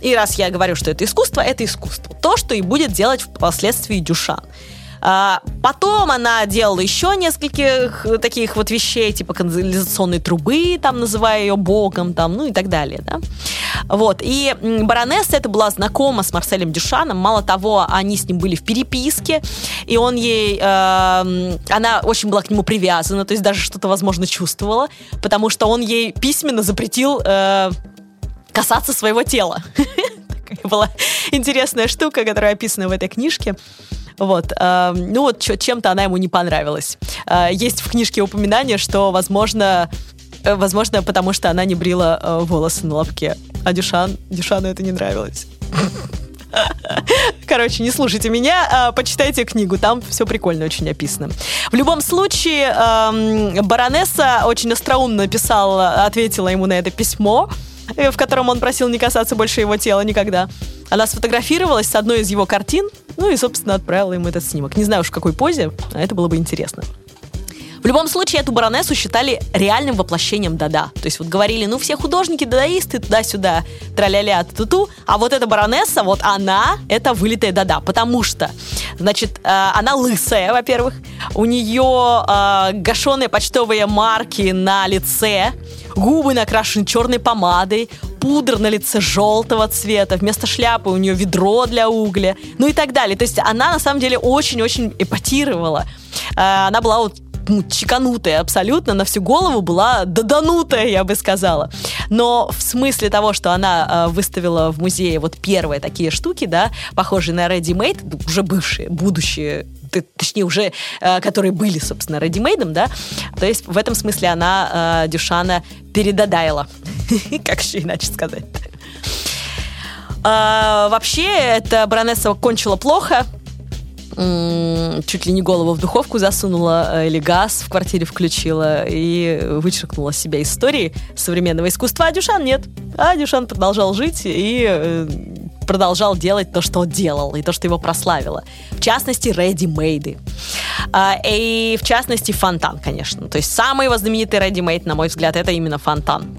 [SPEAKER 1] И раз я говорю, что это искусство. То, что и будет делать впоследствии Дюшан. Потом она делала еще нескольких таких вот вещей, типа канализационной трубы, там, называя ее богом, там, ну и так далее, да. Вот. И баронесса эта была знакома с Марселем Дюшаном. Мало того, они с ним были в переписке, и он ей... она очень была к нему привязана, то есть даже что-то, возможно, чувствовала, потому что он ей письменно запретил касаться своего тела. Такая была интересная штука, которая описана в этой книжке. Вот. Ну вот чем-то она ему не понравилась. Есть в книжке упоминание, что, возможно, потому что она не брила волосы на лобке. А Дюшану это не нравилось. Короче, не слушайте меня, почитайте книгу, там все прикольно очень описано. В любом случае, баронесса очень остроумно ответила ему на это письмо, в котором он просил не касаться больше его тела никогда. Она сфотографировалась с одной из его картин, ну и, собственно, отправила ему этот снимок. Не знаю уж в какой позе, а это было бы интересно. В любом случае, эту баронессу считали реальным воплощением Дада. То есть вот говорили, ну все художники дадаисты, туда-сюда, тра-ля-ля, ту-ту. А вот эта баронесса, вот она, это вылитая Дада. Потому что, значит, она лысая, во-первых. У нее гашеные почтовые марки на лице, губы накрашены черной помадой, пудра на лице желтого цвета, вместо шляпы у нее ведро для угля, ну и так далее. То есть она, на самом деле, очень-очень эпатировала. Она была вот чеканутая абсолютно, на всю голову была доданутая, я бы сказала. Но в смысле того, что она выставила в музее вот первые такие штуки, да, похожие на ready-made, уже бывшие, будущие, точнее, уже, которые были, собственно, ready-made, да, то есть в этом смысле она Дюшана передадаяла. Как еще иначе сказать? Вообще, эта баронесса кончила плохо. Чуть ли не голову в духовку засунула или газ в квартире включила и вычеркнула себя из истории современного искусства. А Дюшан нет. А Дюшан продолжал жить и продолжал делать то, что он делал, и то, что его прославило. В частности, ready-made. И в частности, фонтан, конечно. То есть самый его знаменитый ready-made, на мой взгляд, это именно фонтан.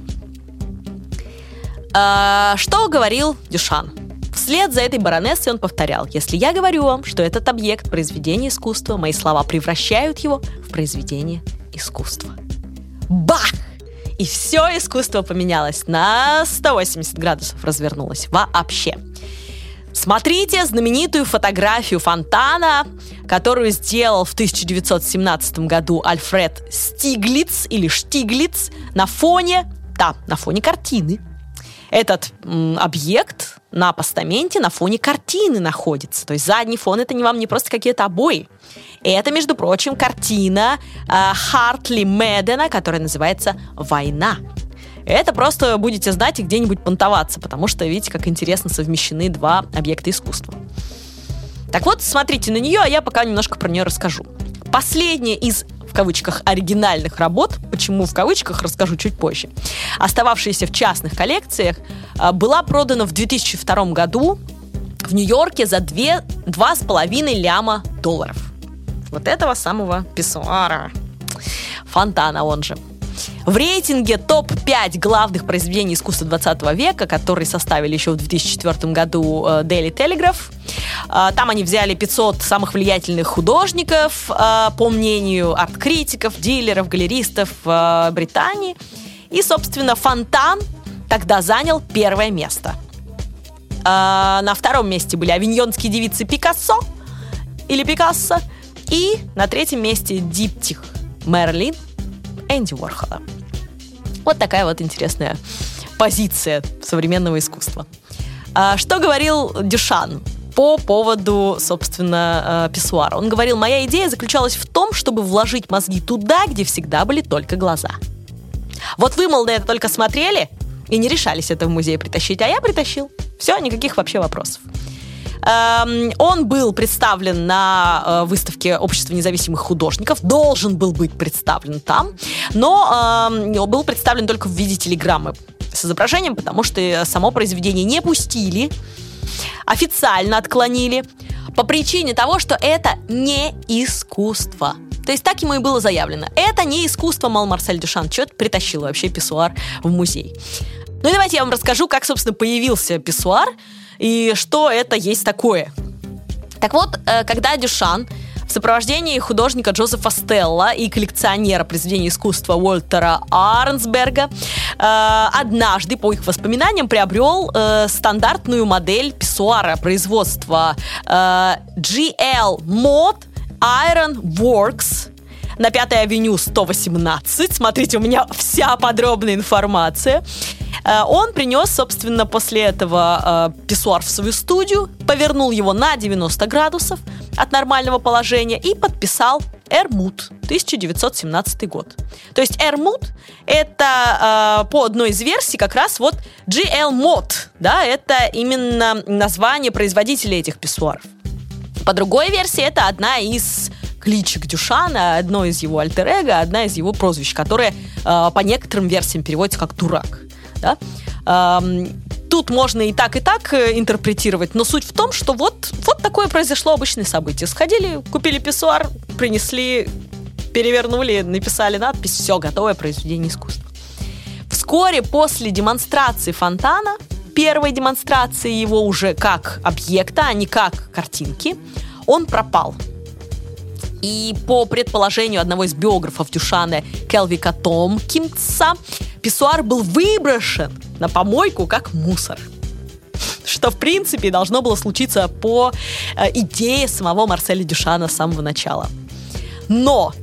[SPEAKER 1] Что говорил Дюшан? Вслед за этой баронессой он повторял: если я говорю вам, что этот объект – произведение искусства, мои слова превращают его в произведение искусства. Бах! И все искусство поменялось, на 180 градусов развернулось вообще. Смотрите знаменитую фотографию фонтана, которую сделал в 1917 году Альфред Стиглиц или Штиглиц на фоне картины. Этот объект на постаменте на фоне картины находится. То есть задний фон — это вам не просто какие-то обои. Это, между прочим, картина Хартли Мэддена, которая называется «Война». Это просто будете знать и где-нибудь понтоваться, потому что, видите, как интересно совмещены два объекта искусства. Так вот, смотрите на нее, а я пока немножко про нее расскажу. Последняя из, в кавычках, оригинальных работ, почему в кавычках, расскажу чуть позже, остававшаяся в частных коллекциях, была продана в 2002 году в Нью-Йорке за $2,5 ляма. Вот этого самого писсуара. Фонтана он же. В рейтинге топ-5 главных произведений искусства 20 века, которые составили еще в 2004 году Daily Telegraph, там они взяли 500 самых влиятельных художников, по мнению арт-критиков, дилеров, галеристов Британии. И, собственно, фонтан тогда занял первое место. На втором месте были авиньонские девицы Пикассо или Пикассо. И на третьем месте диптих Мерлин Энди Уорхола. Вот такая вот интересная позиция современного искусства. Что говорил Дюшан по поводу, собственно, писсуара? Он говорил: моя идея заключалась в том, чтобы вложить мозги туда, где всегда были только глаза. Вот вы, мол, на это только смотрели и не решались это в музей притащить, а я притащил. Все, никаких вообще вопросов. Он был представлен на выставке Общества независимых художников, должен был быть представлен там, но был представлен только в виде телеграммы с изображением, потому что само произведение не пустили, официально отклонили, по причине того, что это не искусство. То есть так ему и было заявлено. Это не искусство, мол, Марсель Дюшан что-то притащил вообще писсуар в музей. Ну и давайте я вам расскажу, как, собственно, появился писсуар и что это есть такое. Так вот, когда Дюшан в сопровождении художника Джозефа Стелла и коллекционера произведений искусства Уолтера Арнсберга однажды, по их воспоминаниям, приобрел стандартную модель писсуара производства GL Mod Iron Works на 5-й авеню 118. Смотрите, у меня вся подробная информация. Он принес, собственно, после этого писсуар в свою студию, повернул его на 90 градусов от нормального положения и подписал Эрмут, 1917 год. То есть Эрмут — это по одной из версий как раз вот GL Mod, да, это именно название производителя этих писсуаров. По другой версии это одна из кличек Дюшана, одно из его альтер-эго, одна из его прозвищ, которое по некоторым версиям переводится как «дурак». Да? Тут можно и так интерпретировать, но суть в том, что вот такое произошло обычное событие. Сходили, купили писсуар, принесли, перевернули, написали надпись, все, готовое произведение искусства. Вскоре после демонстрации фонтана, первой демонстрации его уже как объекта, а не как картинки, он пропал. И по предположению одного из биографов Дюшана, Келвика Томпкинса, писсуар был выброшен на помойку как мусор. Что, в принципе, должно было случиться по идее самого Марселя Дюшана с самого начала. Но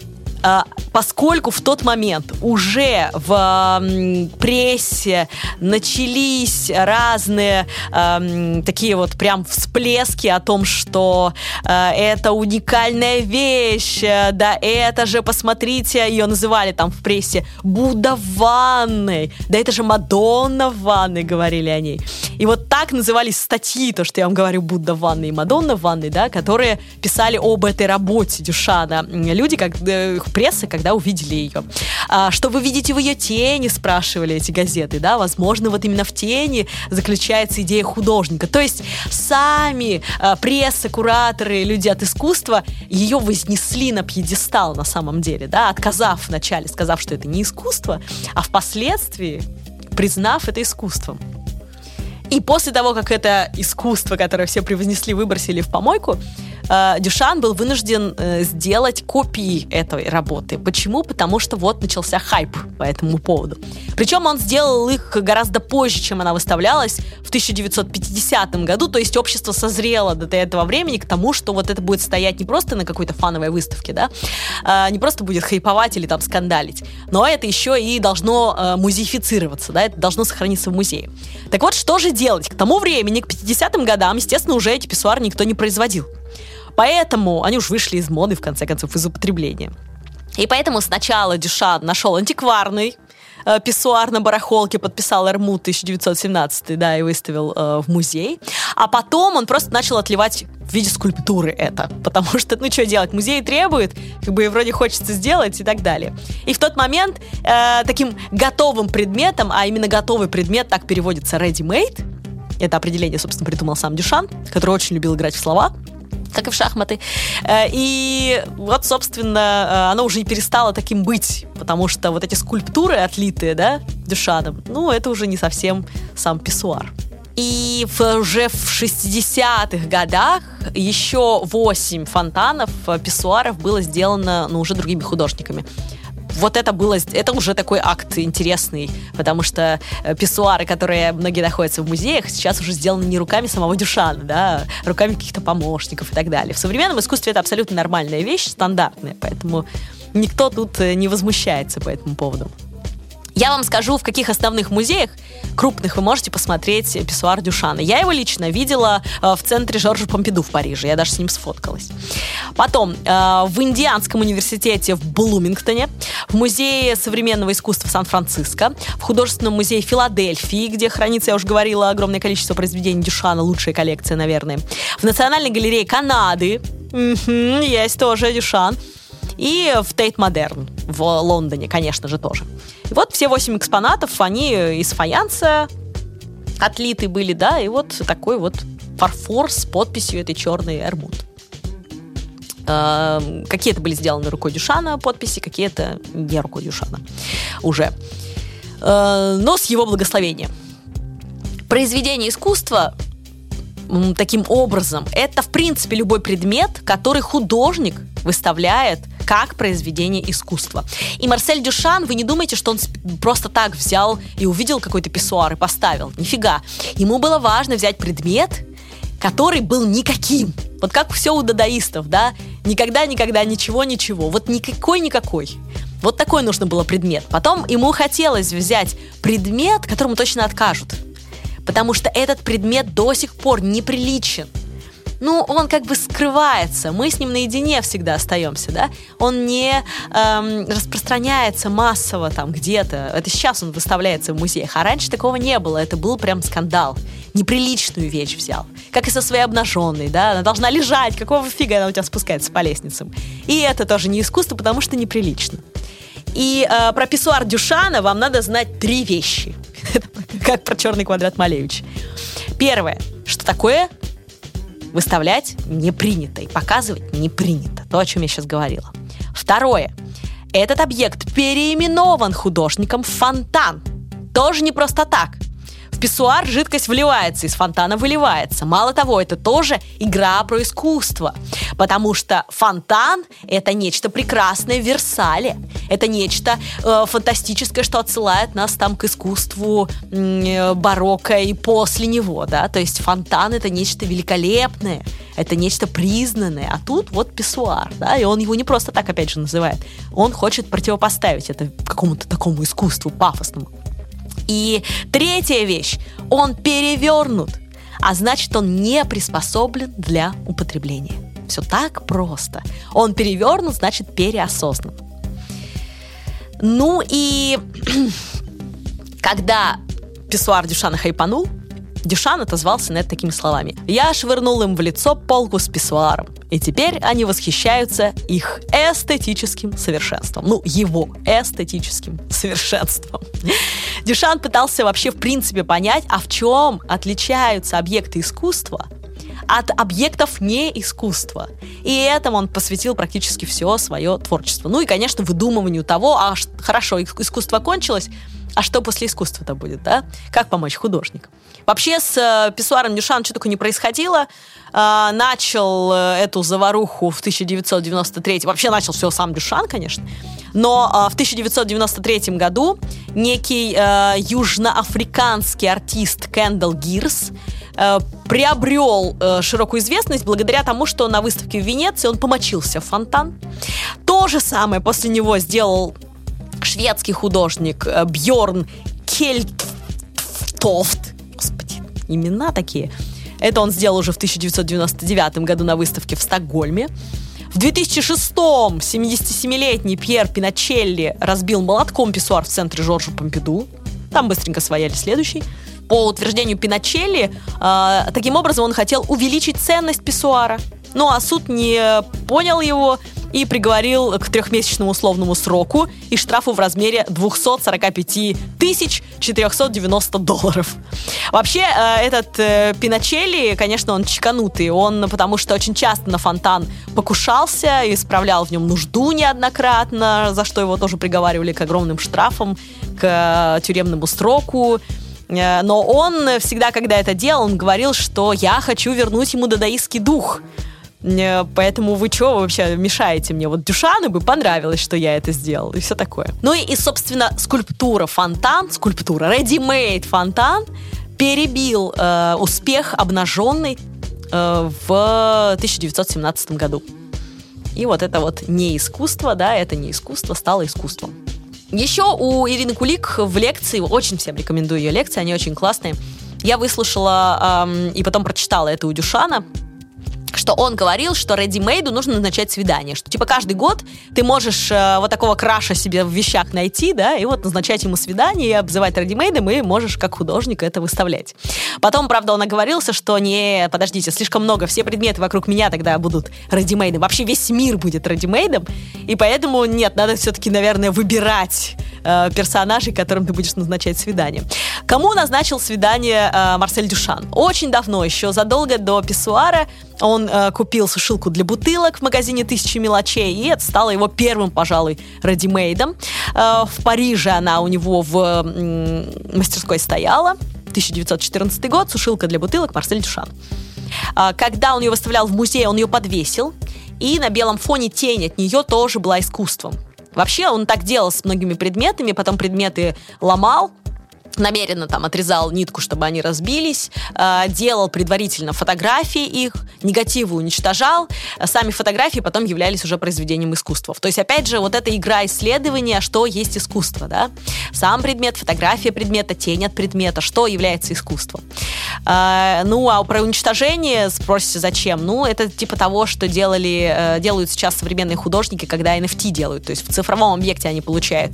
[SPEAKER 1] поскольку в тот момент уже в прессе начались разные такие вот прям всплески о том, что это уникальная вещь, да это же, посмотрите, ее называли там в прессе Будда в ванной, да это же Мадонна в ванной, говорили о ней. И вот так назывались статьи, то, что я вам говорю, Будда в ванной и Мадонна в ванной, да, которые писали об этой работе Дюшана. Люди, пресса, когда увидели ее. Что вы видите в ее тени, спрашивали эти газеты, да, возможно, вот именно в тени заключается идея художника. То есть сами пресса, кураторы, люди от искусства ее вознесли на пьедестал на самом деле, да, отказав вначале, сказав, что это не искусство, а впоследствии признав это искусством. И после того, как это искусство, которое все превознесли, выбросили в помойку, Дюшан был вынужден сделать копии этой работы. Почему? Потому что вот начался хайп по этому поводу. Причем он сделал их гораздо позже, чем она выставлялась, в 1950 году. То есть общество созрело до этого времени к тому, что вот это будет стоять не просто на какой-то фановой выставке, да, не просто будет хайповать или там скандалить, но это еще и должно музеифицироваться, да, это должно сохраниться в музее. Так вот, что же делать? К тому времени, к 50-м годам, естественно, уже эти писсуары никто не производил. Поэтому они уж вышли из моды, в конце концов, из употребления. И поэтому сначала Дюшан нашел антикварный писсуар на барахолке, подписал Эрмут 1917, да, и выставил в музей. А потом он просто начал отливать в виде скульптуры это. Потому что, ну что делать, музей требует, как бы вроде хочется сделать и так далее. И в тот момент таким готовым предметом, а именно готовый предмет, так переводится ready-made, это определение, собственно, придумал сам Дюшан, который очень любил играть в слова, как и в шахматы. И вот, собственно, оно уже и перестало таким быть, потому что вот эти скульптуры, отлитые, да, Дюшаном, ну, это уже не совсем сам писсуар. И уже в 60-х годах еще 8 фонтанов, писсуаров было сделано, ну, уже другими художниками. Вот это уже такой акт интересный, потому что писсуары, которые многие находятся в музеях, сейчас уже сделаны не руками самого Дюшана, да, руками каких-то помощников и так далее. В современном искусстве это абсолютно нормальная вещь, стандартная, поэтому никто тут не возмущается по этому поводу. Я вам скажу, в каких основных музеях крупных вы можете посмотреть писсуар Дюшана. Я его лично видела в центре Жоржа Помпиду в Париже. Я даже с ним сфоткалась. Потом в Индианском университете в Блумингтоне, в Музее современного искусства Сан-Франциско, в Художественном музее Филадельфии, где хранится, я уже говорила, огромное количество произведений Дюшана, лучшая коллекция, наверное. В Национальной галерее Канады есть тоже Дюшан. И в Тейт Модерн в Лондоне, конечно же, тоже. И вот все 8 экспонатов, они из фаянса отлиты были, да, и вот такой вот фарфор с подписью этой черной Эрмут. Какие-то были сделаны рукой Дюшана подписи, какие-то не рукой Дюшана уже. но с его благословения. Произведение искусства таким образом, это, в принципе, любой предмет, который художник выставляет как произведение искусства. И Марсель Дюшан, вы не думайте, что он просто так взял и увидел какой-то писсуар и поставил. Нифига. Ему было важно взять предмет, который был никаким. Вот как все у дадаистов, да? Никогда, ничего. Вот никакой. Вот такой нужно было предмет. Потом ему хотелось взять предмет, которому точно откажут. Потому что этот предмет до сих пор неприличен. Ну, он как бы скрывается. Мы с ним наедине всегда остаемся, да? Он не распространяется массово там где-то. Это сейчас он выставляется в музеях. А раньше такого не было. Это был прям скандал. Неприличную вещь взял. Как и со своей обнаженной, да? Она должна лежать. Какого фига она у тебя спускается по лестницам? И это тоже не искусство, потому что неприлично. И про писсуар Дюшана вам надо знать 3 вещи. Как про черный квадрат Малевича. Первое. Что такое выставлять не принято и показывать не принято. То, о чем я сейчас говорила. Второе. Этот объект переименован художником в фонтан. Тоже не просто так. В писсуар жидкость вливается, из фонтана выливается. Мало того, это тоже игра про искусство. Потому что фонтан – это нечто прекрасное в Версале. Это нечто фантастическое, что отсылает нас там к искусству барокко и после него, да. То есть фонтан – это нечто великолепное, это нечто признанное. А тут вот писсуар, да, и он его не просто так, опять же, называет. Он хочет противопоставить это какому-то такому искусству пафосному. И третья вещь, он перевернут, а значит, он не приспособлен для употребления. Все так просто. Он перевернут, значит, переосознан. Ну и когда писсуар Дюшана хайпанул, Дюшан отозвался на это такими словами: «Я швырнул им в лицо полку с писсуаром, и теперь они восхищаются их эстетическим совершенством». Ну, его эстетическим совершенством. Дюшан пытался вообще в принципе понять, а в чем отличаются объекты искусства от объектов не искусства. И этому он посвятил практически все свое творчество. Ну и, конечно, выдумыванию того, хорошо, искусство кончилось, а что после искусства-то будет, да? Как помочь художнику? Вообще с писсуаром Дюшана что только не происходило. Начал эту заваруху в 1993. Вообще начал все сам Дюшан, конечно. Но в 1993 году некий южноафриканский артист Кендалл Гирс приобрел широкую известность благодаря тому, что на выставке в Венеции он помочился в фонтан. То же самое после него сделал шведский художник Бьорн Кельтофт. Господи, имена такие. Это он сделал уже в 1999 году на выставке в Стокгольме. В 2006-м 77-летний Пьер Пиночелли разбил молотком писсуар в центре Жоржа Помпиду. Там быстренько свояли следующий. По утверждению Пиночелли, таким образом он хотел увеличить ценность писсуара. Ну а суд не понял его и приговорил к 3-месячному условному сроку и штрафу в размере $245 490. Вообще, этот Пиночелли, конечно, он чеканутый. Он, потому что очень часто на фонтан покушался и справлял в нем нужду неоднократно, за что его тоже приговаривали к огромным штрафам, к тюремному сроку. Но он всегда, когда это делал, он говорил, что я хочу вернуть ему дадаистский дух. Поэтому вы что вообще мешаете мне? Вот Дюшану бы понравилось, что я это сделал, и все такое. Ну и собственно, скульптура ready-made фонтан перебил успех обнаженный в 1917 году. И вот это вот не искусство, да, это не искусство, стало искусством. Еще у Ирины Кулик в лекции, очень всем рекомендую ее лекции, они очень классные. Я выслушала и потом прочитала это у Дюшана, что он говорил, что ready-made нужно назначать свидание, что типа каждый год ты можешь вот такого краша себе в вещах найти, да, и вот назначать ему свидание и обзывать ready-made, и можешь как художник это выставлять. Потом, правда, он оговорился, что подождите, слишком много, все предметы вокруг меня тогда будут ready-made, вообще весь мир будет ready-made, и поэтому нет, надо все-таки, наверное, выбирать персонажей, которым ты будешь назначать свидание. Кому назначил свидание Марсель Дюшан? Очень давно, еще задолго до писсуара, он купил сушилку для бутылок в магазине «Тысячи мелочей», и это стало его первым, пожалуй, редимейдом. В Париже она у него в мастерской стояла. 1914 год, сушилка для бутылок Марсель Дюшан. Когда он ее выставлял в музее, он ее подвесил, и на белом фоне тень от нее тоже была искусством. Вообще он так делал с многими предметами, потом предметы ломал, намеренно там отрезал нитку, чтобы они разбились, делал предварительно фотографии их, негативы уничтожал, сами фотографии потом являлись уже произведением искусства. То есть, опять же, вот эта игра исследования, что есть искусство, да? Сам предмет, фотография предмета, тень от предмета, что является искусством. Ну, а про уничтожение спросите, зачем? Ну, это типа того, что делают сейчас современные художники, когда NFT делают, то есть в цифровом объекте они получают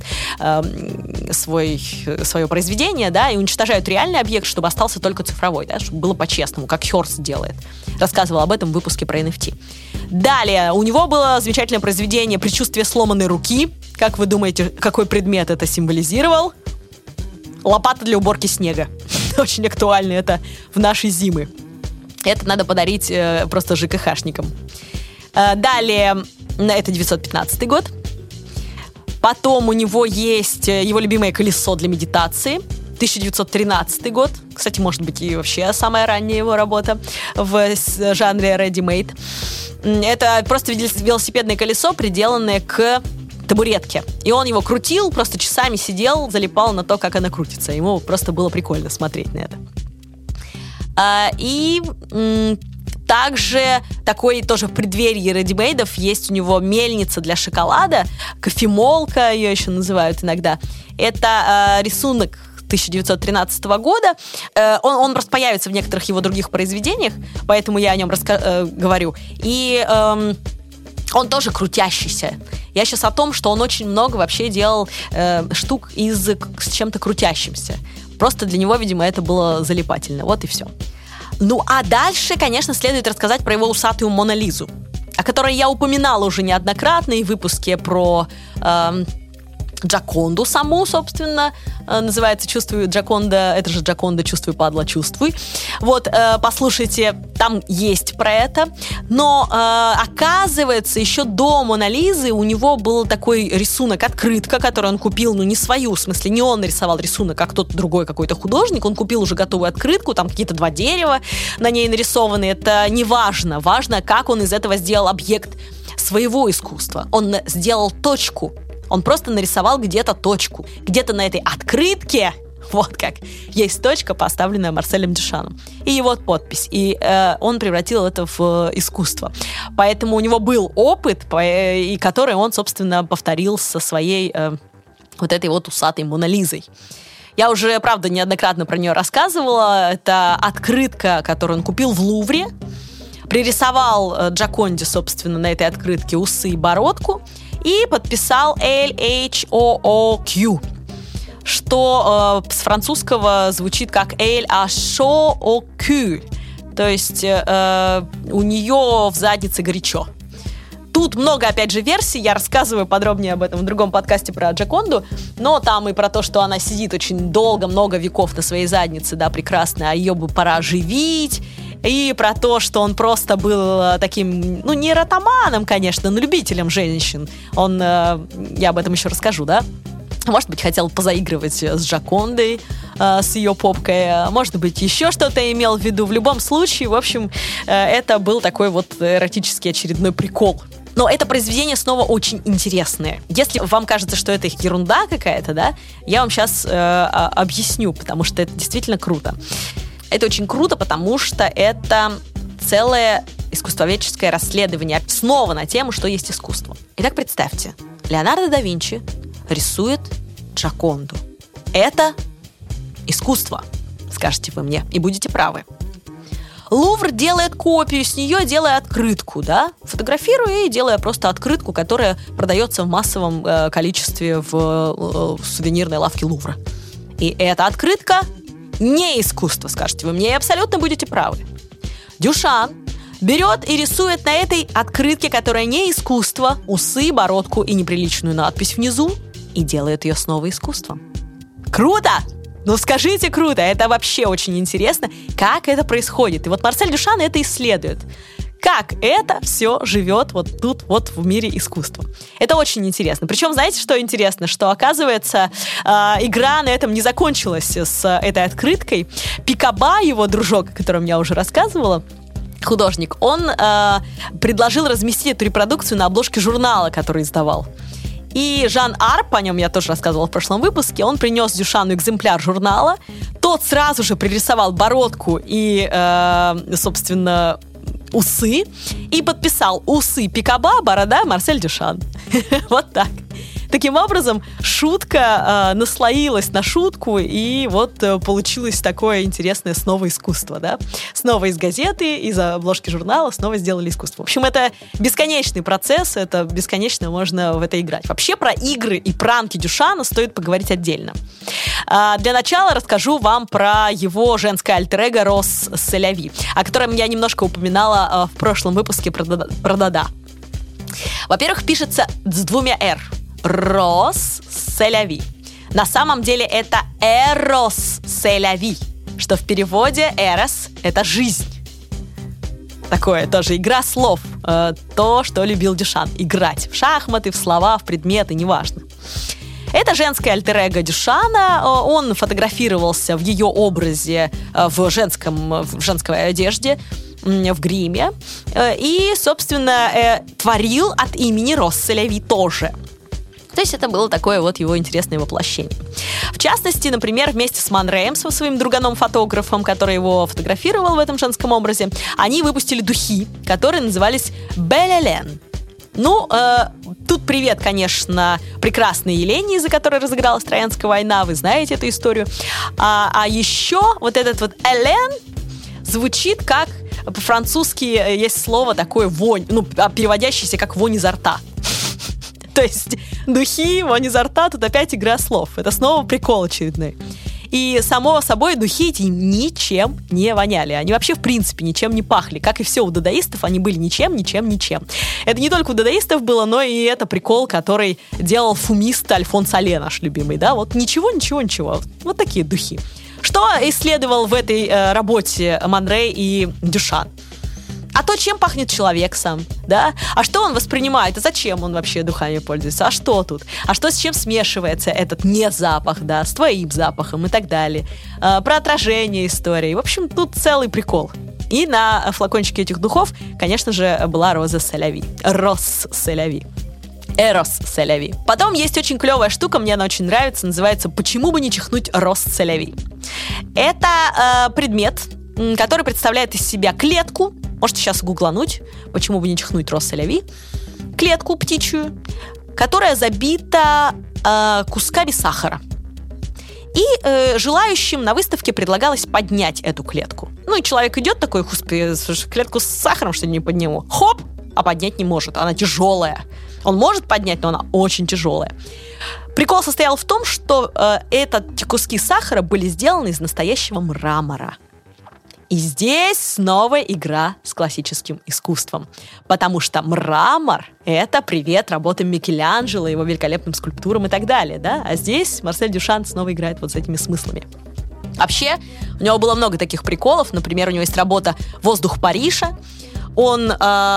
[SPEAKER 1] свое произведение, да, и уничтожают реальный объект, чтобы остался только цифровой, да, чтобы было по-честному, как Хёрст делает. Рассказывал об этом в выпуске про NFT. Далее, у него было замечательное произведение «Предчувствие сломанной руки». Как вы думаете, какой предмет это символизировал? Лопата для уборки снега. Очень актуально это в наши зимы. Это надо подарить просто ЖКХшникам. Далее, это 915 год. Потом у него есть его любимое колесо для медитации. 1913 год. Кстати, может быть, и вообще самая ранняя его работа в жанре ready-made. Это просто велосипедное колесо, приделанное к табуретке. И он его крутил, просто часами сидел, залипал на то, как она крутится. Ему просто было прикольно смотреть на это. И также такой тоже в преддверии редимейдов есть у него мельница для шоколада, кофемолка ее еще называют иногда. Это рисунок 1913 года. Он просто появится в некоторых его других произведениях, поэтому я о нем говорю. И он тоже крутящийся. Я сейчас о том, что он очень много вообще делал штук с чем-то крутящимся. Просто для него, видимо, это было залипательно. Вот и все. Ну, а дальше, конечно, следует рассказать про его усатую Мона Лизу, о которой я упоминала уже неоднократно и в выпуске про Джоконду саму, собственно, называется «Чувствую Джоконда», это же Джоконда «Чувствуй, падла, чувствуй». Вот, послушайте, там есть про это, но оказывается, еще до Моны Лизы у него был такой рисунок, открытка, которую он купил, ну, не свою, в смысле, не он нарисовал рисунок, а кто-то другой какой-то художник, он купил уже готовую открытку, там какие-то 2 дерева на ней нарисованы, это не важно, важно, как он из этого сделал объект своего искусства. Он сделал точку. Он просто нарисовал где-то точку. Где-то на этой открытке, вот как, есть точка, поставленная Марселем Дюшаном. И его подпись. И он превратил это в искусство. Поэтому у него был опыт, и который он, собственно, повторил со своей вот этой вот усатой Моной Лизой. Я уже, правда, неоднократно про нее рассказывала. Это открытка, которую он купил в Лувре. Пририсовал Джоконде, собственно, на этой открытке усы и бородку. И подписал LHOOQ, что с французского звучит как LHOOQ. То есть у нее в заднице горячо. Тут много, опять же, версий. Я рассказываю подробнее об этом в другом подкасте про Джоконду. Но там и про то, что она сидит очень долго, много веков на своей заднице, да, прекрасно, а ее бы пора оживить. И про то, что он просто был таким, ну, не эротоманом, конечно, но любителем женщин. Я об этом еще расскажу, да? Может быть, хотел позаигрывать с Джокондой, с ее попкой. Может быть, еще что-то имел в виду. В любом случае, в общем, это был такой вот эротический очередной прикол. Но это произведение снова очень интересное. Если вам кажется, что это ерунда какая-то, да, я вам сейчас объясню, потому что это действительно круто. Это очень круто, потому что это целое искусствоведческое расследование снова на тему, что есть искусство. Итак, представьте, Леонардо да Винчи рисует Джоконду. Это искусство, скажете вы мне, и будете правы. Лувр делает копию с нее, делая открытку, да, фотографируя и делая просто открытку, которая продается в массовом количестве в сувенирной лавке Лувра. И эта открытка не искусство, скажете вы мне, и абсолютно будете правы. Дюшан берет и рисует на этой открытке, которая не искусство, усы, бородку и неприличную надпись внизу, и делает ее снова искусством. Круто! Ну, скажите, круто, это вообще очень интересно, как это происходит. И вот Марсель Дюшан это исследует. Как это все живет вот тут вот в мире искусства. Это очень интересно. Причем, знаете, что интересно? Что, оказывается, игра на этом не закончилась с этой открыткой. Пикаба, его дружок, о котором я уже рассказывала, художник, он предложил разместить эту репродукцию на обложке журнала, который издавал. И Жан Арп, о нем я тоже рассказывала в прошлом выпуске, он принес Дюшану экземпляр журнала. Тот сразу же пририсовал бородку и, собственно, усы и подписал: усы Пикаба, борода Марсель Дюшан. Вот так. Таким образом, шутка наслоилась на шутку, и вот получилось такое интересное снова искусство, да? Снова из газеты, из обложки журнала снова сделали искусство. В общем, это бесконечный процесс, это бесконечно можно в это играть. Вообще про игры и пранки Дюшана стоит поговорить отдельно. Для начала расскажу вам про его женское альтер-эго Рос Селяви, о котором я немножко упоминала в прошлом выпуске про Дада. Во-первых, пишется с двумя «р». Рос Селяви. На самом деле это Эрос Селяви, что в переводе Эрос — это жизнь. Такое тоже игра слов. То, что любил Дюшан. Играть в шахматы, в слова, в предметы, неважно. Это женское альтер-эго Дюшана. Он фотографировался в ее образе в женской одежде, в гриме. И, собственно, творил от имени Рос Селяви тоже. То есть это было такое вот его интересное воплощение. В частности, например, вместе с Ман Рэем, своим друганом-фотографом, который его фотографировал в этом женском образе, они выпустили духи, которые назывались Белелен. Ну, тут привет, конечно, прекрасной Елене, из-за которой разыгралась Троянская война, вы знаете эту историю. А еще вот этот вот Элен звучит как, по-французски есть слово такое вонь, ну, переводящееся как вонь изо рта. То есть духи, вонь изо рта, тут опять игра слов. Это снова прикол очередной. И, само собой, духи эти ничем не воняли. Они вообще, в принципе, ничем не пахли. Как и все у дадаистов, они были ничем. Это не только у дадаистов было, но и это прикол, который делал фумист Альфонс Алле, наш любимый. Да? Вот ничего. Вот такие духи. Что исследовал в этой работе Ман Рэй и Дюшан? А то, чем пахнет человек сам, да? А что он воспринимает? А зачем он вообще духами пользуется? А что тут? А что с чем смешивается этот не запах, да, с твоим запахом и так далее? Про отражение истории. В общем, тут целый прикол. И на флакончике этих духов, конечно же, была Роза Селяви. Рос Селяви. Эрос Селяви. Потом есть очень клевая штука, мне она очень нравится, называется «Почему бы не чихнуть Рос Селяви?». Это предмет, который представляет из себя клетку. Можете сейчас гуглануть, почему бы не чихнуть Рос Селяви. Клетку птичью, которая забита кусками сахара. И желающим на выставке предлагалось поднять эту клетку. Ну и человек идет такой: господи, клетку с сахаром что ли не подниму? Хоп! А поднять не может, она тяжелая. Он может поднять, но она очень тяжелая. Прикол состоял в том, что эти куски сахара были сделаны из настоящего мрамора. И здесь снова игра с классическим искусством. Потому что мрамор — это привет работам Микеланджело, его великолепным скульптурам и так далее, да? А здесь Марсель Дюшан снова играет вот с этими смыслами. Вообще, у него было много таких приколов. Например, у него есть работа «Воздух Парижа». Он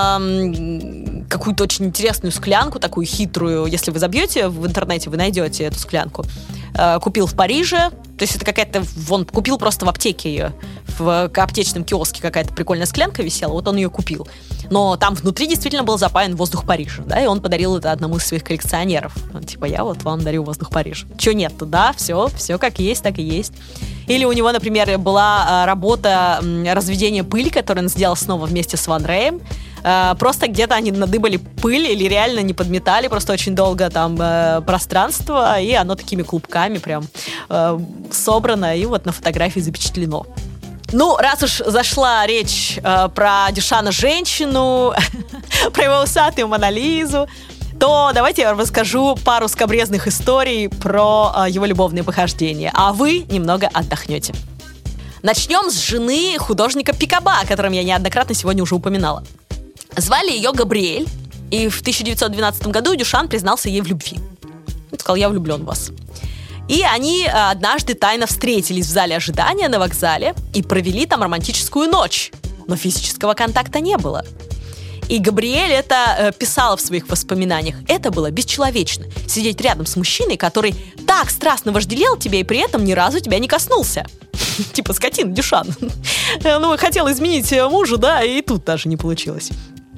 [SPEAKER 1] какую-то очень интересную склянку, такую хитрую, если вы забьете в интернете, вы найдете эту склянку, купил в Париже. То есть это какая-то... Он купил просто в аптеке ее. В аптечном киоске какая-то прикольная склянка висела, вот он ее купил. Но там внутри действительно был запаян воздух Парижа, да, и он подарил это одному из своих коллекционеров. Он, типа, я вот вам дарю воздух Парижа. Чего нет-то, да, все как есть, так и есть. Или у него, например, была работа разведения пыли, которую он сделал снова вместе с Ман Рэем. Просто где-то они надыбали пыль или реально не подметали просто очень долго там пространство, и оно такими клубками прям собрано и вот на фотографии запечатлено. Ну, раз уж зашла речь про Дюшана женщину, про его усатую Монолизу, то давайте я вам расскажу пару скабрезных историй про его любовные похождения, а вы немного отдохнете. Начнем с жены художника Пикаба, о котором я неоднократно сегодня уже упоминала. Звали ее Габриэль, и в 1912 году Дюшан признался ей в любви. Он сказал: я влюблен в вас. И они однажды тайно встретились в зале ожидания на вокзале и провели там романтическую ночь. Но физического контакта не было. И Габриэль это писала в своих воспоминаниях. Это было бесчеловечно. Сидеть рядом с мужчиной, который так страстно вожделел тебя и при этом ни разу тебя не коснулся. Типа скотина Дюшан. Ну, хотел изменить мужу, да, и тут даже не получилось.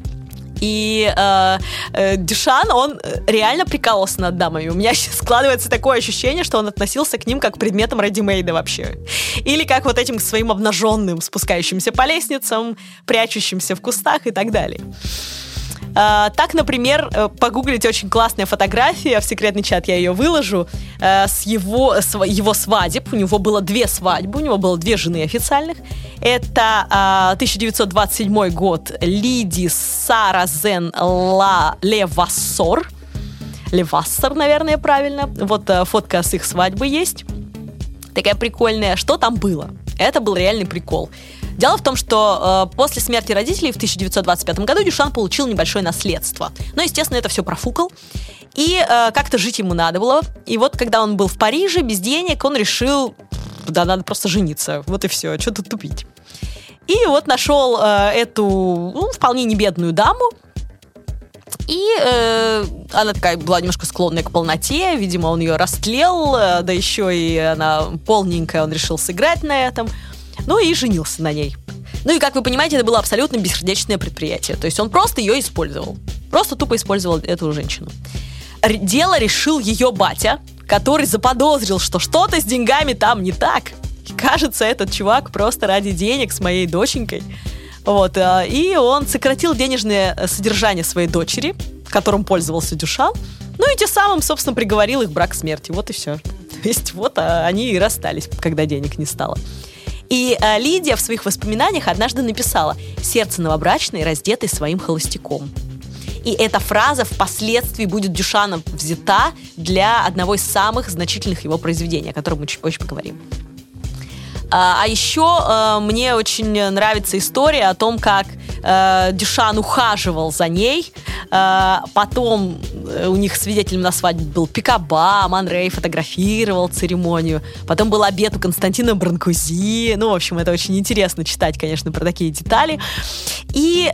[SPEAKER 1] И Дюшан, он реально прикалывался над дамами. У меня сейчас складывается такое ощущение, что он относился к ним как к предметам редимейда вообще. Или как вот этим к своим обнаженным, спускающимся по лестницам, прячущимся в кустах и так далее. Так, например, погуглить очень классная фотография, в секретный чат я ее выложу, с его свадеб. У него было 2 свадьбы, у него было 2 жены официальных. Это 1927 год, Лиди Саразен Левассор. Левассор, наверное, правильно. Вот фотка с их свадьбы есть. Такая прикольная. Что там было? Это был реальный прикол. Дело в том, что после смерти родителей в 1925 году Дюшан получил небольшое наследство. Но, естественно, это все профукал. И как-то жить ему надо было. И вот, когда он был в Париже без денег, он решил, да, надо просто жениться. Вот и все, что тут тупить. И вот нашел эту вполне не бедную даму. И она такая была немножко склонная к полноте. Видимо, он ее растлел. Да еще и она полненькая, он решил сыграть на этом. Ну и женился на ней. Ну и, как вы понимаете, это было абсолютно бессердечное предприятие. То есть он просто ее использовал. Просто тупо использовал эту женщину. Дело решил ее батя, который заподозрил, что что-то с деньгами там не так. Кажется, этот чувак просто ради денег с моей доченькой. Вот. И он сократил денежное содержание своей дочери, которым пользовался Дюшан. Ну и тем самым, собственно, приговорил их брак к смерти. Вот и все. То есть вот они и расстались, когда денег не стало. И Лидия в своих воспоминаниях однажды написала: «Сердце новобрачной, раздетой своим холостяком». И эта фраза впоследствии будет Дюшаном взята для одного из самых значительных его произведений, о котором мы чуть позже поговорим. А еще мне очень нравится история о том, как Дюшан ухаживал за ней. Потом у них свидетелем на свадьбе был Пикаба, Ман Рей фотографировал церемонию. Потом был обед у Константина Бранкузи. Ну, в общем, это очень интересно читать, конечно, про такие детали. И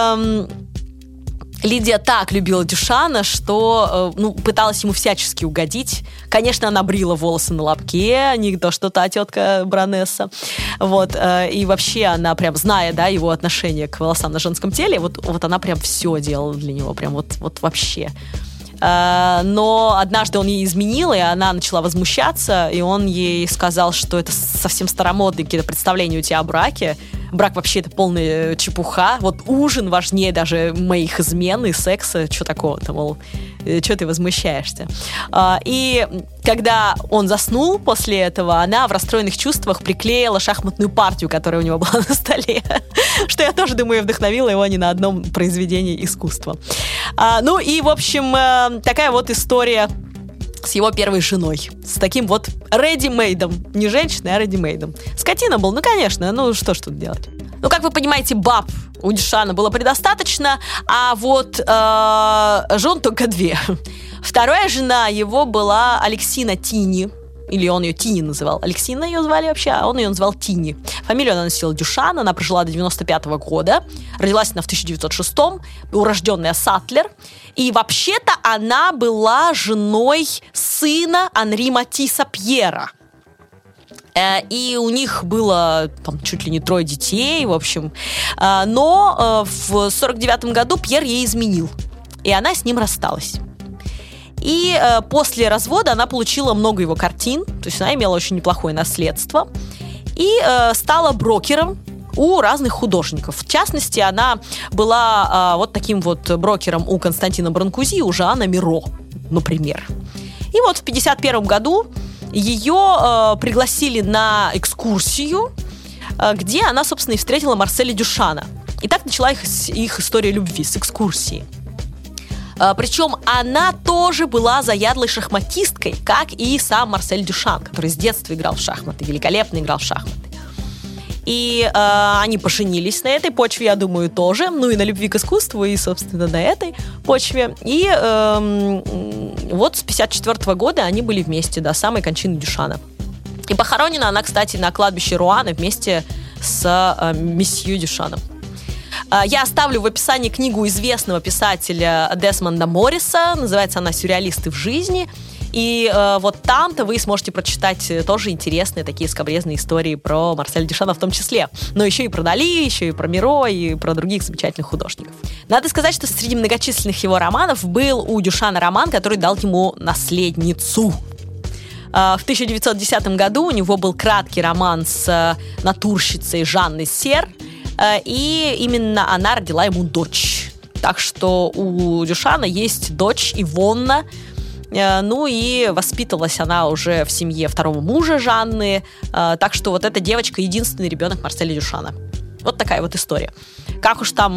[SPEAKER 1] Лидия так любила Дюшана, что пыталась ему всячески угодить. Конечно, она брила волосы на лобке, не то что та тетка баронесса. Вот. И вообще она прям, зная, да, его отношение к волосам на женском теле, вот она прям все делала для него, прям вот вообще. Но однажды он ей изменил, и она начала возмущаться, и он ей сказал, что это совсем старомодные какие-то представления у тебя о браке. Брак вообще это полная чепуха. Вот ужин важнее даже моих измен и секса. Что такого-то, мол, что ты возмущаешься? И когда он заснул после этого, она в расстроенных чувствах приклеила шахматную партию, которая у него была на столе. Что я тоже, думаю, вдохновила его не на одном произведении искусства. Ну и, в общем, такая вот история с его первой женой. С таким вот редимейдом. Не женщиной, а редимейдом. Скотина был, ну, конечно, ну, что ж тут делать? Ну, как вы понимаете, баб у Дюшана было предостаточно, а вот жен только 2. Вторая жена его была Алексина Тини. Или он ее Тини называл. Алексина ее звали вообще, а он ее называл Тини. Фамилию она носила Дюшан, она прожила до 95-го года. Родилась она в 1906-м, урожденная Сатлер. И вообще-то она была женой сына Анри Матисса Пьера. И у них было там чуть ли не 3 детей, в общем. Но в 49-м году Пьер ей изменил. И она с ним рассталась. И после развода она получила много его картин, то есть она имела очень неплохое наследство, и стала брокером у разных художников. В частности, она была вот таким вот брокером у Константина Бранкузи, у Жана Миро, например. И вот в 1951 году ее пригласили на экскурсию, где она, собственно, и встретила Марселя Дюшана. И так начала их история любви с экскурсии. Причем она тоже была заядлой шахматисткой, как и сам Марсель Дюшан, который с детства играл в шахматы, великолепно играл в шахматы. И они поженились на этой почве, я думаю, тоже. Ну и на любви к искусству, и, собственно, на этой почве. И вот с 1954 года они были вместе до самой кончины Дюшана. И похоронена она, кстати, на кладбище Руана вместе с месье Дюшаном. Я оставлю в описании книгу известного писателя Десмонда Морриса. Называется она «Сюрреалисты в жизни». И вот там-то вы сможете прочитать тоже интересные такие скабрезные истории про Марселя Дюшана в том числе. Но еще и про Дали, еще и про Миро, и про других замечательных художников. Надо сказать, что среди многочисленных его романов был у Дюшана роман, который дал ему наследницу. В 1910 году у него был краткий роман с натурщицей Жанной Сер, и именно она родила ему дочь. Так что у Дюшана есть дочь Ивонна. Ну и воспитывалась она уже в семье второго мужа Жанны. Так что вот эта девочка единственный ребенок Марселя Дюшана. Вот такая вот история. Как уж там